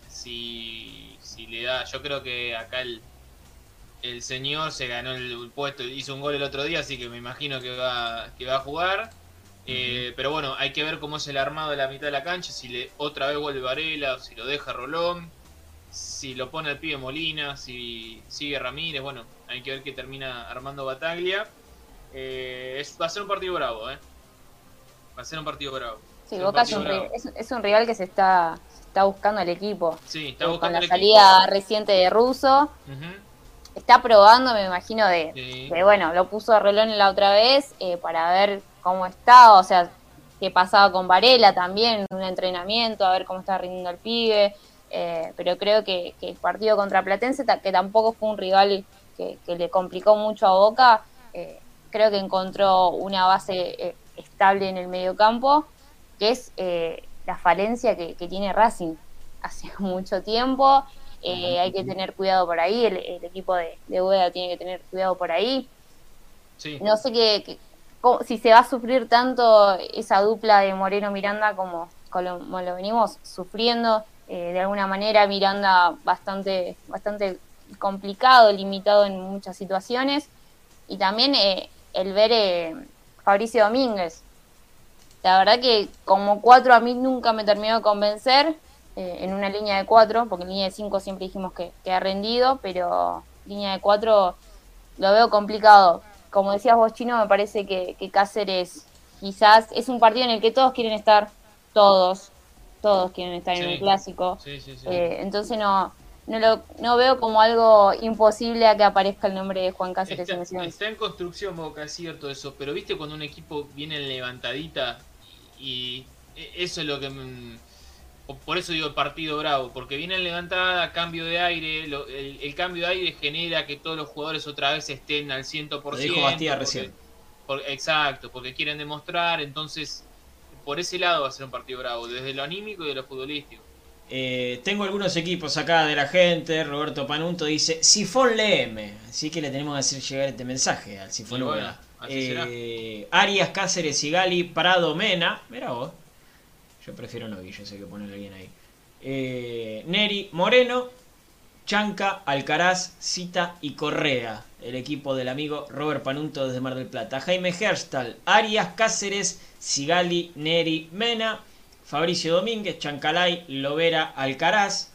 si, si le da, yo creo que acá el, el señor se ganó el puesto, hizo un gol el otro día, así que me imagino que va, que va a jugar. Eh, pero bueno, hay que ver cómo es el armado de la mitad de la cancha, si le otra vez vuelve Varela, o si lo deja Rolón, si lo pone el pibe Molina, si sigue Ramírez, bueno, hay que ver qué termina armando Bataglia. Eh, es, va a ser un partido bravo, ¿eh? Va a ser un partido bravo. Sí, Va a ser Boca es partido un, bravo. ri- es, es un rival que se está, se está buscando al equipo. Sí, está Eh, buscando con la el equipo. salida reciente de Russo. Ujú, Está probando, me imagino, de, sí. de, bueno, lo puso a Rolón la otra vez eh, para ver cómo estaba, o sea, qué pasaba con Varela también, un entrenamiento, a ver cómo está rindiendo el pibe. Eh, pero creo que, que el partido contra Platense, ta- que tampoco fue un rival que, que le complicó mucho a Boca, eh, creo que encontró una base eh, estable en el mediocampo, que es eh, la falencia que, que tiene Racing hace mucho tiempo. Eh, hay que tener cuidado por ahí, el, el equipo de, de Ueda tiene que tener cuidado por ahí. Sí. No sé qué, qué- cómo- si se va a sufrir tanto esa dupla de Moreno Miranda como, como lo venimos sufriendo, eh, de alguna manera Miranda bastante, bastante complicado, limitado en muchas situaciones, y también eh, el ver eh, Fabricio Domínguez. La verdad que como cuatro a mí nunca me terminó de convencer, eh, en una línea de cuatro, porque en línea de cinco siempre dijimos que, que ha rendido, pero línea de cuatro lo veo complicado. Como decías vos, Chino, me parece que, que Cáceres quizás es un partido en el que todos quieren estar, todos, todos quieren estar sí. en un clásico. Sí, sí, sí. Eh, entonces no, no, lo, no veo como algo imposible a que aparezca el nombre de Juan Cáceres. Está, en, está en construcción, Boca, es cierto eso, pero viste cuando un equipo viene en levantadita y eso es lo que... Por eso digo el partido bravo, porque viene en levantada, cambio de aire, lo, el, el cambio de aire genera que todos los jugadores otra vez estén al cien por ciento. Lo dijo Bastía recién. Por, exacto, porque quieren demostrar, entonces por ese lado va a ser un partido bravo, desde lo anímico y de lo futbolístico. Eh, tengo algunos equipos acá de la gente. Roberto Panunto dice Sifón Leeme, así que le tenemos que hacer llegar este mensaje al Sifón. Bueno, eh, Arias, Cáceres, Sigali, Prado, Mena. Mira vos. Yo prefiero Novillo, sé que ponerle alguien ahí. Eh, Neri, Moreno, Chanca, Alcaraz, Cita y Correa. El equipo del amigo Robert Panunto desde Mar del Plata. Jaime Herstal, Arias, Cáceres, Sigali, Neri, Mena, Fabricio Domínguez, Chancalay, Lovera, Alcaraz.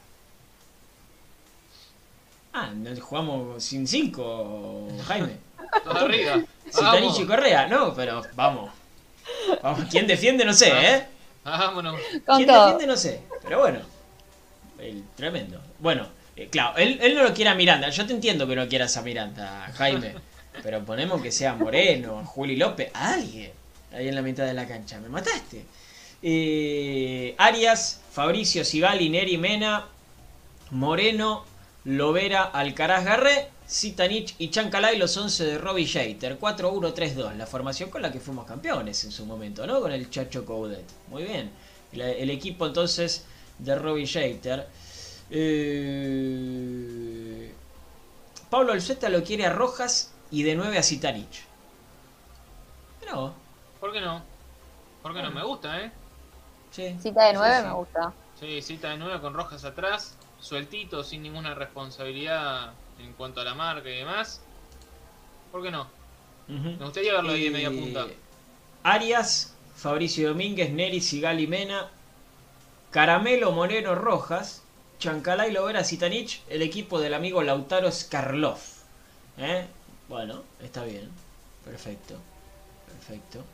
Ah, jugamos sin cinco, Jaime. Todo arriba. Citanich y Correa, no, pero vamos. Vamos. ¿Quién defiende? No sé, ¿eh? Vámonos. ¿Quién defiende? No sé. Pero bueno. El, tremendo. Bueno, eh, claro, él, él no lo quiere a Miranda. Yo te entiendo que no quieras a Miranda, Jaime. Pero ponemos que sea Moreno, Juli López, a alguien. Ahí en la mitad de la cancha. Me mataste. Eh, Arias, Fabricio, Sigali, Neri, Mena, Moreno, Lovera, Alcaraz, Garré, Zitanich y Chancalay, los once de Robbie Jeter. cuatro uno tres dos, la formación con la que fuimos campeones en su momento, ¿no? Con el Chacho Coudet. Muy bien. El, el equipo entonces de Robbie Jeter. Eh... Pablo Alzueta lo quiere a Rojas y de nueve a Zitanich. No. ¿Por qué no? ¿Por qué no? Me gusta, ¿eh? Sí. Cita de nueve sí, sí. me gusta. Sí, cita de nueve con Rojas atrás, sueltito, sin ninguna responsabilidad en cuanto a la marca y demás. ¿Por qué no? Uh-huh. Me gustaría verlo ahí de media punta. Arias, Fabricio Domínguez, Neri, Sigali, Mena, Caramelo, Moreno, Rojas, Chancalay, Lovera, Zitanich, el equipo del amigo Lautaro Skarlov. ¿Eh? Bueno, está bien. Perfecto. Perfecto.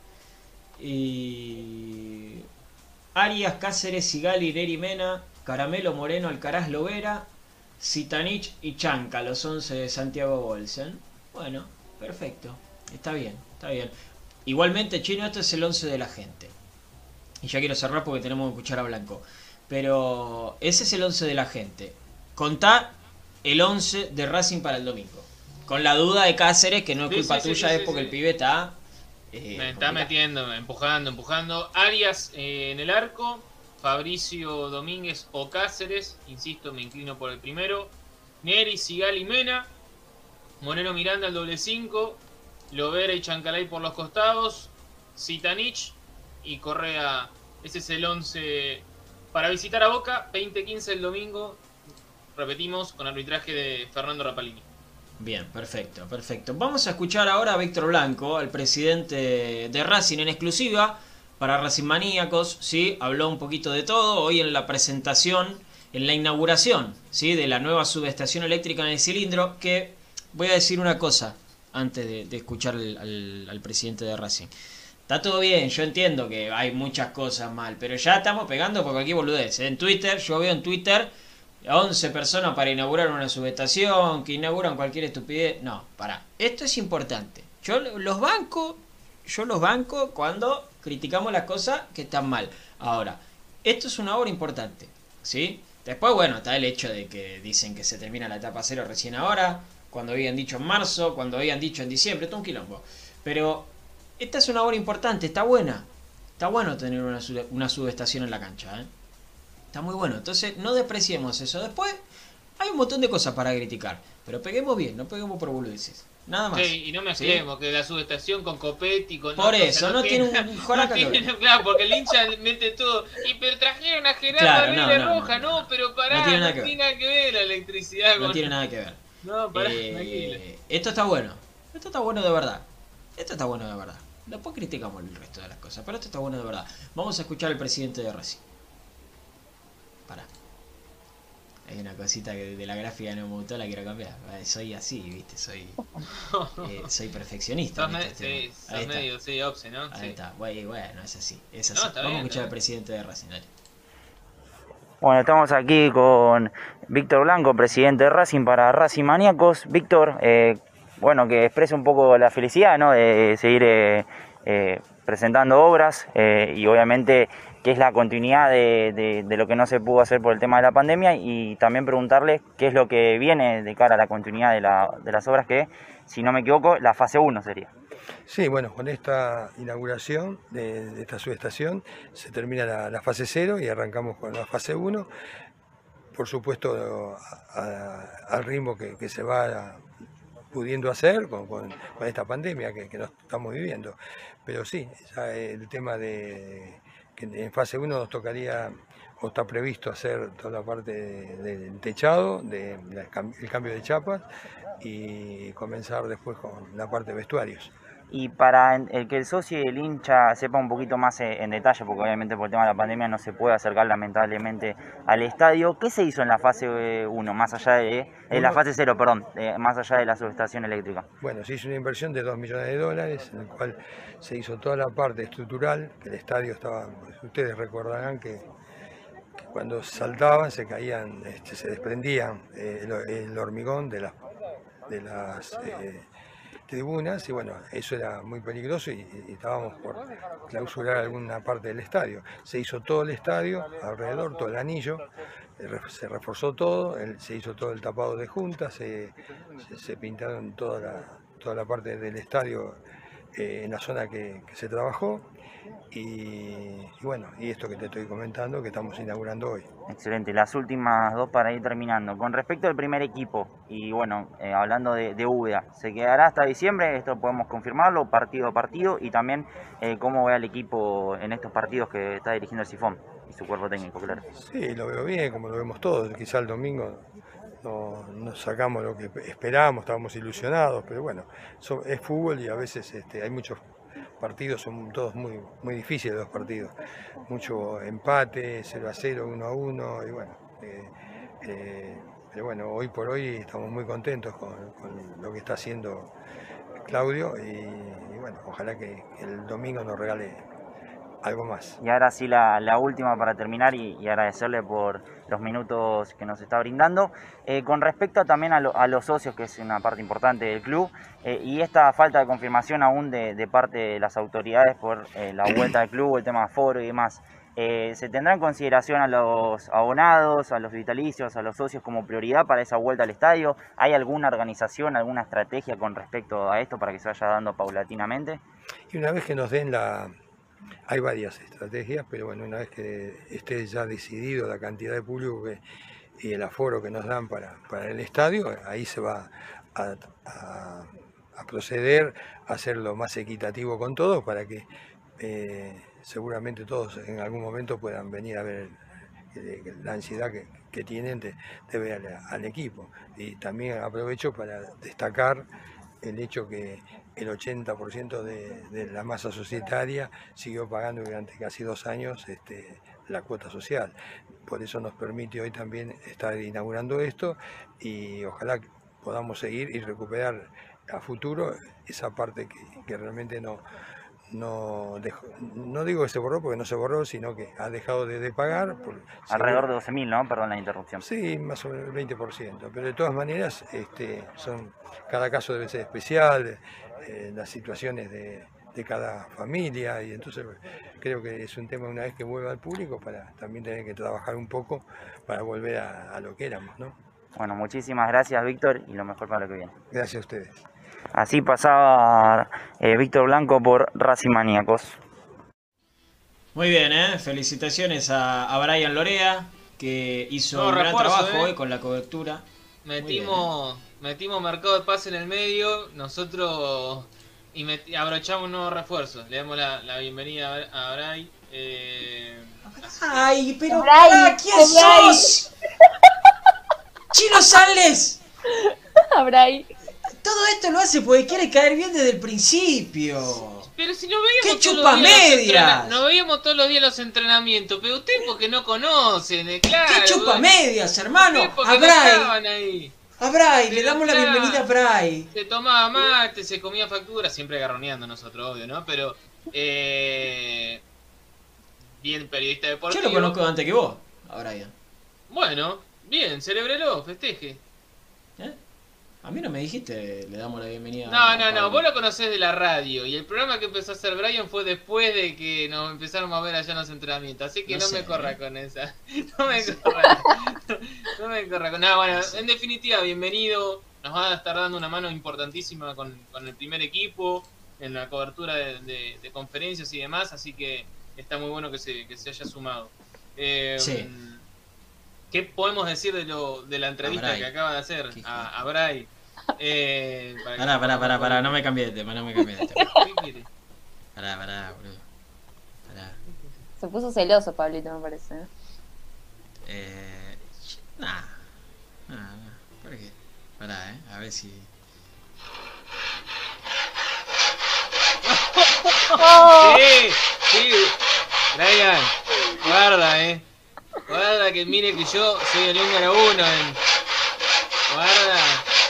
Y... Arias, Cáceres, Sigali, Neri, Mena, Caramelo, Moreno, Alcaraz, Lovera, Zitanich y Chanca, los once de Santiago Bolsen. Bueno, perfecto. Está bien, está bien. Igualmente, Chino, esto es el once de la gente. Y ya quiero cerrar porque tenemos que escuchar a Blanco. Pero ese es el once de la gente. Contá el once de Racing para el domingo. Con la duda de Cáceres, que no es sí, culpa sí, tuya, sí, es sí, porque sí. el pibe está... Eh, me está metiendo, empujando, empujando. Arias eh, en el arco, Fabricio Domínguez o Cáceres, insisto, me inclino por el primero. Neri, Sigali, Mena, Moreno, Miranda al doble cinco, Lovera y Chancalay por los costados, Zitanich y Correa. Ese es el once para visitar a Boca, veinte quince el domingo. Repetimos, con arbitraje de Fernando Rapalini. Bien, perfecto, perfecto. Vamos a escuchar ahora a Víctor Blanco, al presidente de Racing en exclusiva para Racing Maníacos, ¿sí? Habló un poquito de todo hoy en la presentación, en la inauguración, ¿sí? De la nueva subestación eléctrica en el cilindro, que voy a decir una cosa antes de, de escuchar al, al, al presidente de Racing. Está todo bien, yo entiendo que hay muchas cosas mal, pero ya estamos pegando por cualquier boludez, ¿eh? En Twitter, yo veo en Twitter... once personas para inaugurar una subestación, que inauguran cualquier estupidez. No, pará. Esto es importante. Yo los banco, yo los banco cuando criticamos las cosas que están mal. Ahora, esto es una obra importante, ¿sí? Después, bueno, está el hecho de que dicen que se termina la etapa cero recién ahora, cuando habían dicho en marzo, cuando habían dicho en diciembre, todo un quilombo. Pero esta es una obra importante, está buena. Está bueno tener una, una subestación en la cancha, ¿eh? Está muy bueno, entonces no despreciemos eso. Después hay un montón de cosas para criticar, pero peguemos bien, no peguemos por boludeces. Nada más. Sí, y no mezclemos ¿sí? que la subestación con Copetti, con... Por eso, o sea, no, no tiene, tiene un joraca no tiene, claro, porque el hincha mete todo. Y pero trajeron a Gerardo claro, Aguirre no, no, Roja, no, no, no, pero pará, no tiene nada, no que, tiene nada que ver la electricidad. No con... tiene nada que ver. No, pará, eh, tranquilo. Esto está bueno. Esto está bueno de verdad. Esto está bueno de verdad. Después criticamos el resto de las cosas, pero esto está bueno de verdad. Vamos a escuchar al presidente de Racing. Pará. Hay una cosita que de la gráfica no me gustó, la quiero cambiar. Soy así, viste, soy eh, soy perfeccionista. Sos, me, sí, sos medio, sí, obse, ¿no? Ahí sí. está, bueno, es así, es así. No, Vamos bien, a escuchar ¿no? al presidente de Racing, dale. Bueno, estamos aquí con Víctor Blanco, presidente de Racing para Racing Maníacos. Víctor, eh, bueno, que expresa un poco la felicidad, ¿no? De seguir eh, eh, presentando obras eh, y obviamente que es la continuidad de, de, de lo que no se pudo hacer por el tema de la pandemia, y también preguntarle qué es lo que viene de cara a la continuidad de, la, de las obras, que, si no me equivoco, la fase uno sería. Sí, bueno, con esta inauguración de, de esta subestación se termina la, la fase cero y arrancamos con la fase uno, por supuesto a, a, al ritmo que, que se va pudiendo hacer con, con, con esta pandemia que, que nos estamos viviendo. Pero sí, ya el tema de que en fase uno nos tocaría, o está previsto hacer toda la parte del techado, de, de, el cambio de chapas, y comenzar después con la parte de vestuarios. Y para el que el socio y el hincha sepa un poquito más en detalle, porque obviamente por el tema de la pandemia no se puede acercar lamentablemente al estadio, ¿qué se hizo en la fase uno, más allá de, en la fase cero, perdón, eh, más allá de la subestación eléctrica? Bueno, se hizo una inversión de dos millones de dólares, en el cual se hizo toda la parte estructural, que el estadio estaba, pues, ustedes recordarán que, que cuando saltaban se caían, este, se desprendían eh, el, el hormigón de, la, de las... Eh, tribunas, y bueno, eso era muy peligroso y, y estábamos por clausurar alguna parte del estadio. Se hizo todo el estadio, alrededor, todo el anillo, se reforzó todo, el, se hizo todo el tapado de juntas, se, se, se pintaron toda la, toda la parte del estadio eh, en la zona que, que se trabajó, y, y bueno, y esto que te estoy comentando, que estamos inaugurando hoy. Excelente, las últimas dos para ir terminando. Con respecto al primer equipo, y bueno, eh, hablando de, de Úbeda, ¿se quedará hasta diciembre? Esto podemos confirmarlo, partido a partido, y también eh, cómo ve al equipo en estos partidos que está dirigiendo el Sifón y su cuerpo técnico, claro. Sí, lo veo bien, como lo vemos todos. Quizá el domingo no, no sacamos lo que esperábamos, estábamos ilusionados, pero bueno, so, es fútbol y a veces este, hay muchos partidos, son todos muy, muy difíciles los partidos, mucho empate, cero a cero, uno a uno, y bueno, eh, eh, pero bueno, hoy por hoy estamos muy contentos con, con lo que está haciendo Claudio, y, y bueno, ojalá que, que el domingo nos regale algo más. Y ahora sí la, la última para terminar, y, y agradecerle por los minutos que nos está brindando. Eh, con respecto también a, lo, a los socios, que es una parte importante del club, eh, y esta falta de confirmación aún de, de parte de las autoridades por eh, la vuelta del club, el tema de foro y demás, eh, ¿se tendrá en consideración a los abonados, a los vitalicios, a los socios como prioridad para esa vuelta al estadio? ¿Hay alguna organización, alguna estrategia con respecto a esto para que se vaya dando paulatinamente? Y una vez que nos den la... Hay varias estrategias, pero bueno, una vez que esté ya decidido la cantidad de público que, y el aforo que nos dan para, para el estadio, ahí se va a, a, a proceder a hacerlo más equitativo con todos, para que eh, seguramente todos en algún momento puedan venir a ver eh, la ansiedad que, que tienen de, de ver al, al equipo. Y también aprovecho para destacar el hecho que el ochenta por ciento de, de la masa societaria siguió pagando durante casi dos años este, la cuota social. Por eso nos permite hoy también estar inaugurando esto, y ojalá podamos seguir y recuperar a futuro esa parte que, que realmente no, no, dejó, no digo que se borró porque no se borró, sino que ha dejado de, de pagar. Por, alrededor seguro, de doce mil, ¿no? Perdón la interrupción. Sí, más o menos el veinte por ciento, pero de todas maneras este, son, cada caso debe ser especial, eh, las situaciones de, de cada familia, y entonces creo que es un tema, una vez que vuelva al público, para también tener que trabajar un poco para volver a, a lo que éramos, ¿no? Bueno, muchísimas gracias, Víctor, y lo mejor para lo que viene. Gracias a ustedes. Así pasaba eh, Víctor Blanco por Racing Maníacos. Muy bien, ¿eh? Felicitaciones a, a Brian Lorea, que hizo no, un refuerzo, gran trabajo ¿eh? hoy con la cobertura. metimos, bien, ¿eh? metimos mercado de pase en el medio, nosotros y met, abrochamos un nuevo refuerzo. Le damos la, la bienvenida a Bray. Eh, Ay, pero Bray, pará, ¿quién Bray. sos? ¡Chino Sales! Bray. Todo esto lo hace porque quiere caer bien desde el principio. Pero si nos veíamos ¡Qué todos los días los chupamedias! entrena- nos veíamos todos los días los entrenamientos, pero ustedes porque no conocen, eh, claro. ¡Qué chupamedias, hermano! Ustedes porque A no Bray, estaban ahí. a Bray, le Pero damos la claro. bienvenida a Bray. Se tomaba mate, se comía factura, siempre garroneando nosotros, obvio, ¿no? Pero, eh, bien periodista Yo deportivo. lo conozco antes que vos, a Brian. Bueno, bien, celébrelo, festeje. ¿Eh? A mí no me dijiste, le damos la bienvenida. No, a no, no, Pablo. vos lo conocés de la radio y el programa que empezó a hacer Brian fue después de que nos empezaron a ver allá en los entrenamientos, así que No no, sé, me corra ¿eh? con esa. No me corra. No me corra con. No, bueno, en definitiva, bienvenido. Nos va a estar dando una mano importantísima con, con el primer equipo, en la cobertura de, de- de conferencias y demás, así que está muy bueno que se, que se haya sumado. Eh, Sí. ¿Qué podemos decir de lo de la entrevista Bray. que acaba de hacer Qué hijo a, de- a Bray? Eh, para que- Pará, pará, pará, pará, no me cambié de tema, no me cambié de tema. ¿Qué quiere? Pará, pará, boludo. Pará. Se puso celoso, Pablito, me parece. ¿eh? Eh. Nah. Nah, nah. ¿Por qué? Pará, eh. A ver si. ¡Oh! Sí, sí. Brian, guarda, eh. Guarda que mire que yo soy el número uno en. Guarda.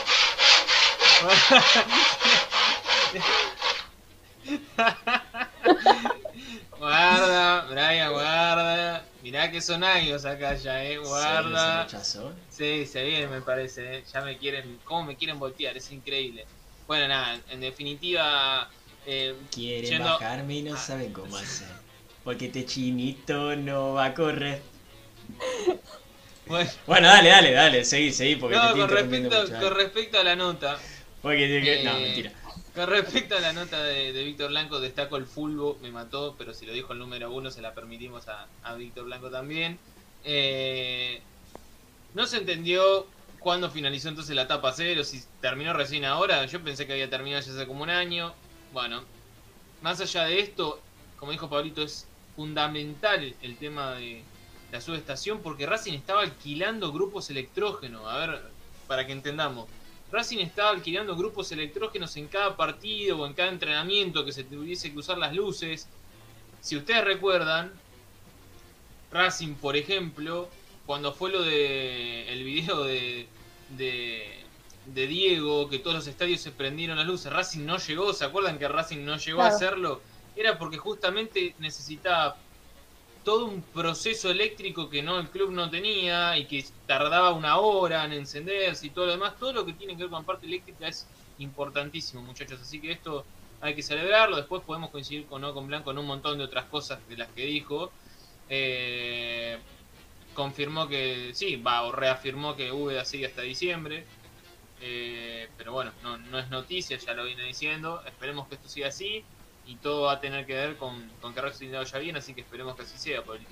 Guarda, Brian, guarda. Mirá que son años acá ya, eh. Guarda. Se rechazó. Sí, se viene, me parece, eh. Ya me quieren. ¿Cómo me quieren voltear? Es increíble. Bueno, nada, en definitiva. Eh, Quieren yendo- bajarme y no saben cómo hacer. Porque este chinito no va a correr. Bueno, Bueno, dale, dale, dale, seguí, seguí, porque te no, estoy con interrumpiendo respecto, mucho, con dale. respecto a la nota. Porque te- que- No, eh, mentira. Con respecto a la nota de, de Víctor Blanco, destaco el fulbo, me mató, pero si lo dijo el número uno, se la permitimos a, a Víctor Blanco también. Eh, no se entendió cuándo finalizó entonces la etapa cero, si terminó recién ahora. Yo pensé que había terminado ya hace como un año. Bueno, más allá de esto, como dijo Pablito, es fundamental el tema de la subestación porque Racing estaba alquilando grupos electrógenos. A ver, para que entendamos. Racing estaba alquilando grupos electrógenos en cada partido o en cada entrenamiento que se tuviese que usar las luces. Si ustedes recuerdan, Racing, por ejemplo, cuando fue lo de el video de, de, de Diego, que todos los estadios se prendieron las luces, Racing no llegó, ¿se acuerdan que Racing no llegó Claro. a hacerlo? Era porque justamente necesitaba todo un proceso eléctrico que no el club no tenía y que tardaba una hora en encenderse y todo lo demás. Todo lo que tiene que ver con parte eléctrica es importantísimo, muchachos. Así que esto hay que celebrarlo. Después podemos coincidir con no con Blanco en un montón de otras cosas de las que dijo. Eh, confirmó que sí, va o reafirmó que Úbeda sigue hasta diciembre. Eh, pero bueno, no, no es noticia, ya lo viene diciendo. Esperemos que esto siga así. Y todo va a tener que ver con, con que Racing le vaya bien, así que esperemos que así sea, Pablito.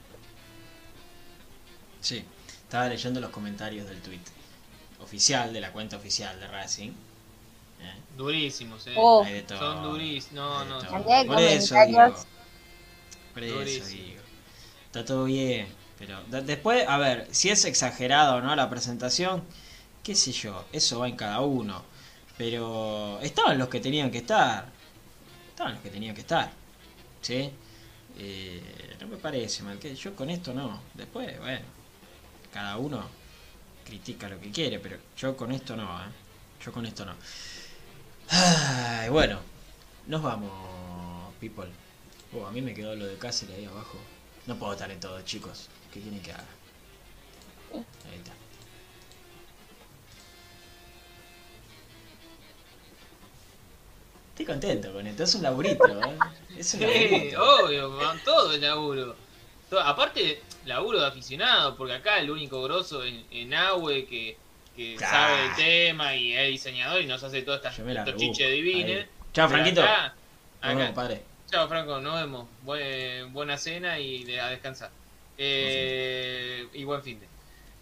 Sí, estaba leyendo los comentarios del tweet oficial, de la cuenta oficial de Racing. ¿Eh? Durísimos, eh. Oh. Hay de todo. Son durísimos. No, hay de no, todo. son Cantidad de Por eso comentarios. digo. Por eso Durísimo. digo. Está todo bien. Pero de- después, a ver, si es exagerado o no la presentación, qué sé yo, eso va en cada uno. Pero estaban los que tenían que estar. Estaban los que tenían que estar. ¿Sí? Eh, no me parece mal. Que yo con esto no. Después, bueno, cada uno critica lo que quiere, pero yo con esto no, ¿eh? Yo con esto no. Ay, bueno, nos vamos, people. Oh, a mí me quedó lo de Cáceres ahí abajo. No puedo estar en todo, chicos. ¿Qué quieren que haga? Ahí está. Estoy contento con esto, es un laburito, ¿eh? Es un Sí, laburito. obvio, van todo el laburo. Todo- aparte, laburo de aficionado, porque acá el único grosso en, en Aue que, que Claro. sabe el tema y es diseñador y nos hace todas estas Yo me la estos rebusco. chiches divines. Ahí. Chao, Pero Franquito. acá- Nos acá- vemos, padre. Chao, Franco, nos vemos. Buen- buena cena y de- a descansar. Eh, y buen fin de.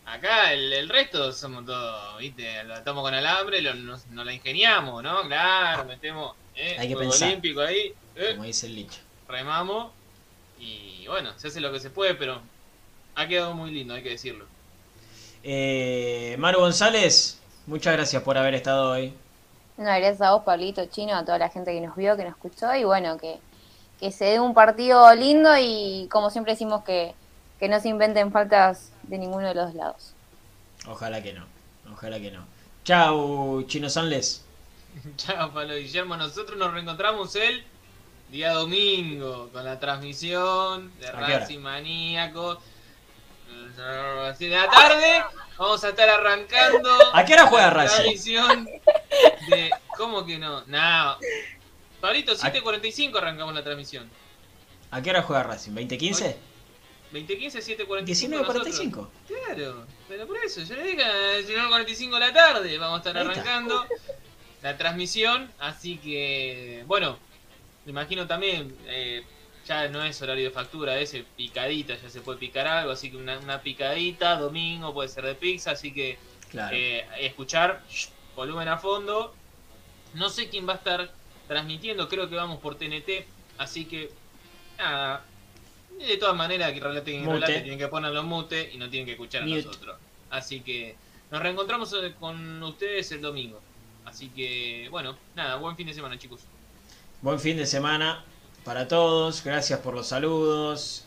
Acá el, el resto somos todos, ¿viste? Lo atamos con alambre, lo, nos, nos la ingeniamos, ¿no? Claro, metemos eh, Hay que juego pensar. olímpico ahí, eh, Como dice el dicho. remamos y bueno, se hace lo que se puede, pero ha quedado muy lindo, hay que decirlo. Eh, Maru González, muchas gracias por haber estado hoy. No, gracias a vos, Pablito, Chino, a toda la gente que nos vio, que nos escuchó y bueno, que, que se dé un partido lindo y como siempre decimos que, que no se inventen faltas de ninguno de los lados. Ojalá que no, ojalá que no. Chau, Chino Sanles. Chao, Pablo Guillermo. Nosotros nos reencontramos el día domingo con la transmisión de ¿A qué hora? Racing Maníaco. A las siete de la tarde vamos a estar arrancando. ¿A qué hora juega la Racing? transmisión de... ¿Cómo que no? No. Pablito, siete cuarenta y cinco arrancamos la transmisión. ¿A qué hora juega Racing? ¿veinte quince? veinte quince, siete cuarenta y cinco. diecinueve cuarenta y cinco. Claro, pero por eso, yo le dije a diecinueve cuarenta y cinco de la tarde vamos a estar Ahí está. arrancando la transmisión, así que, bueno, me imagino también, eh, ya no es horario de factura, ese picadita, ya se puede picar algo, así que una, una picadita, domingo puede ser de pizza, así que Claro. eh, escuchar, shh, volumen a fondo. No sé quién va a estar transmitiendo, creo que vamos por T N T, así que, nada. De todas maneras, que relate quien Mute. relate, tienen que ponerlo en mute y no tienen que escuchar a Mute. nosotros. Así que nos reencontramos eh, con ustedes el domingo. Así que, bueno, nada, buen fin de semana, chicos. Buen fin de semana para todos. Gracias por los saludos.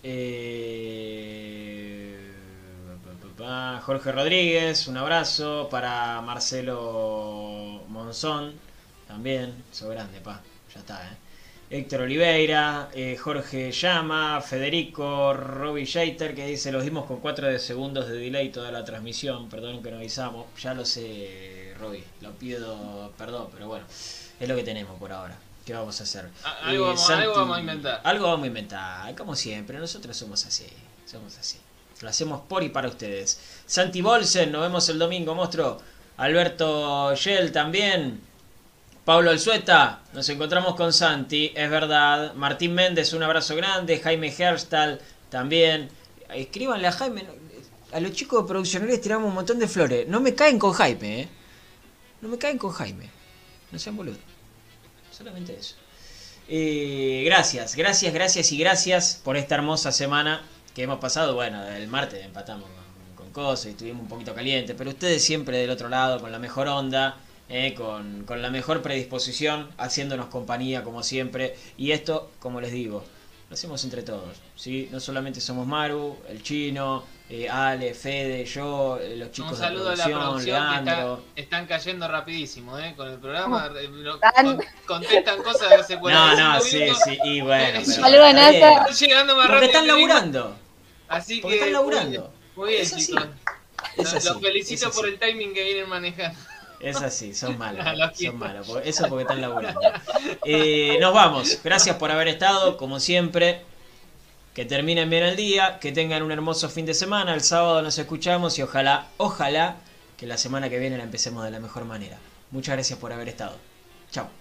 Eh... Jorge Rodríguez, un abrazo. Para Marcelo Monzón, también. Sos grande, pa. Ya está, eh. Héctor Oliveira, eh, Jorge Llama, Federico, Robbie Jeter, que dice: los dimos con cuatro de segundos de delay toda la transmisión, perdón que no avisamos. Ya lo sé, Robbie, lo pido perdón, pero bueno, es lo que tenemos por ahora. ¿Qué vamos a hacer? A- algo vamos- algo vamos a inventar. Algo vamos a inventar, como siempre, nosotros somos así, somos así. Lo hacemos por y para ustedes. Santi Bolsen, nos vemos el domingo, monstruo. Alberto Yel también. Pablo Alzueta, nos encontramos con Santi, es verdad. Martín Méndez, un abrazo grande. Jaime Herstal también. Escríbanle a Jaime. A los chicos de producción les tiramos un montón de flores. No me caen con Jaime, ¿eh? No me caen con Jaime. No sean boludos. Solamente eso. Eh, gracias, gracias, gracias y gracias por esta hermosa semana que hemos pasado. Bueno, el martes empatamos con, con cosas y estuvimos un poquito calientes, pero ustedes siempre del otro lado, con la mejor onda. Eh, con, con la mejor predisposición, haciéndonos compañía como siempre. Y esto, como les digo, lo hacemos entre todos, ¿sí? No solamente somos Maru, el Chino, eh, Ale, Fede, yo, eh, los chicos Un de saludo a la producción, producción que Leandro. está, están cayendo rapidísimo, ¿eh? Con el programa. eh, lo- Tan- con- contestan cosas de hace No, cuarenta y cinco no, sí, minutos. sí, y bueno, pero Saludos, está bien. Nata. Están llegando más Porque rápido. están que vengo. laburando, Así porque que. están laburando. Muy bien, Es así, chicos. es Los- así, Los felicito es por así. el timing que vienen manejando. Es así, son malos, No, lo quiero. son malos. porque- Eso porque están laburando. Eh, nos vamos. Gracias por haber estado, como siempre. Que terminen bien el día, que tengan un hermoso fin de semana. El sábado nos escuchamos y ojalá, ojalá que la semana que viene la empecemos de la mejor manera. Muchas gracias por haber estado. Chao.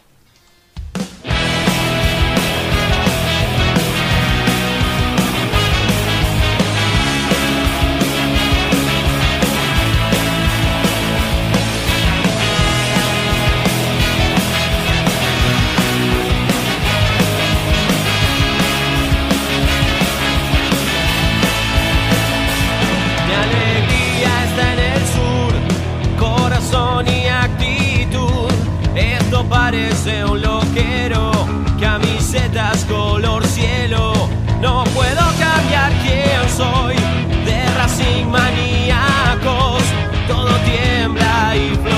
Mi alegría está en el sur, corazón y actitud. Esto parece un loquero, camisetas color cielo. No puedo cambiar quién soy, de Racing maníacos. Todo tiembla y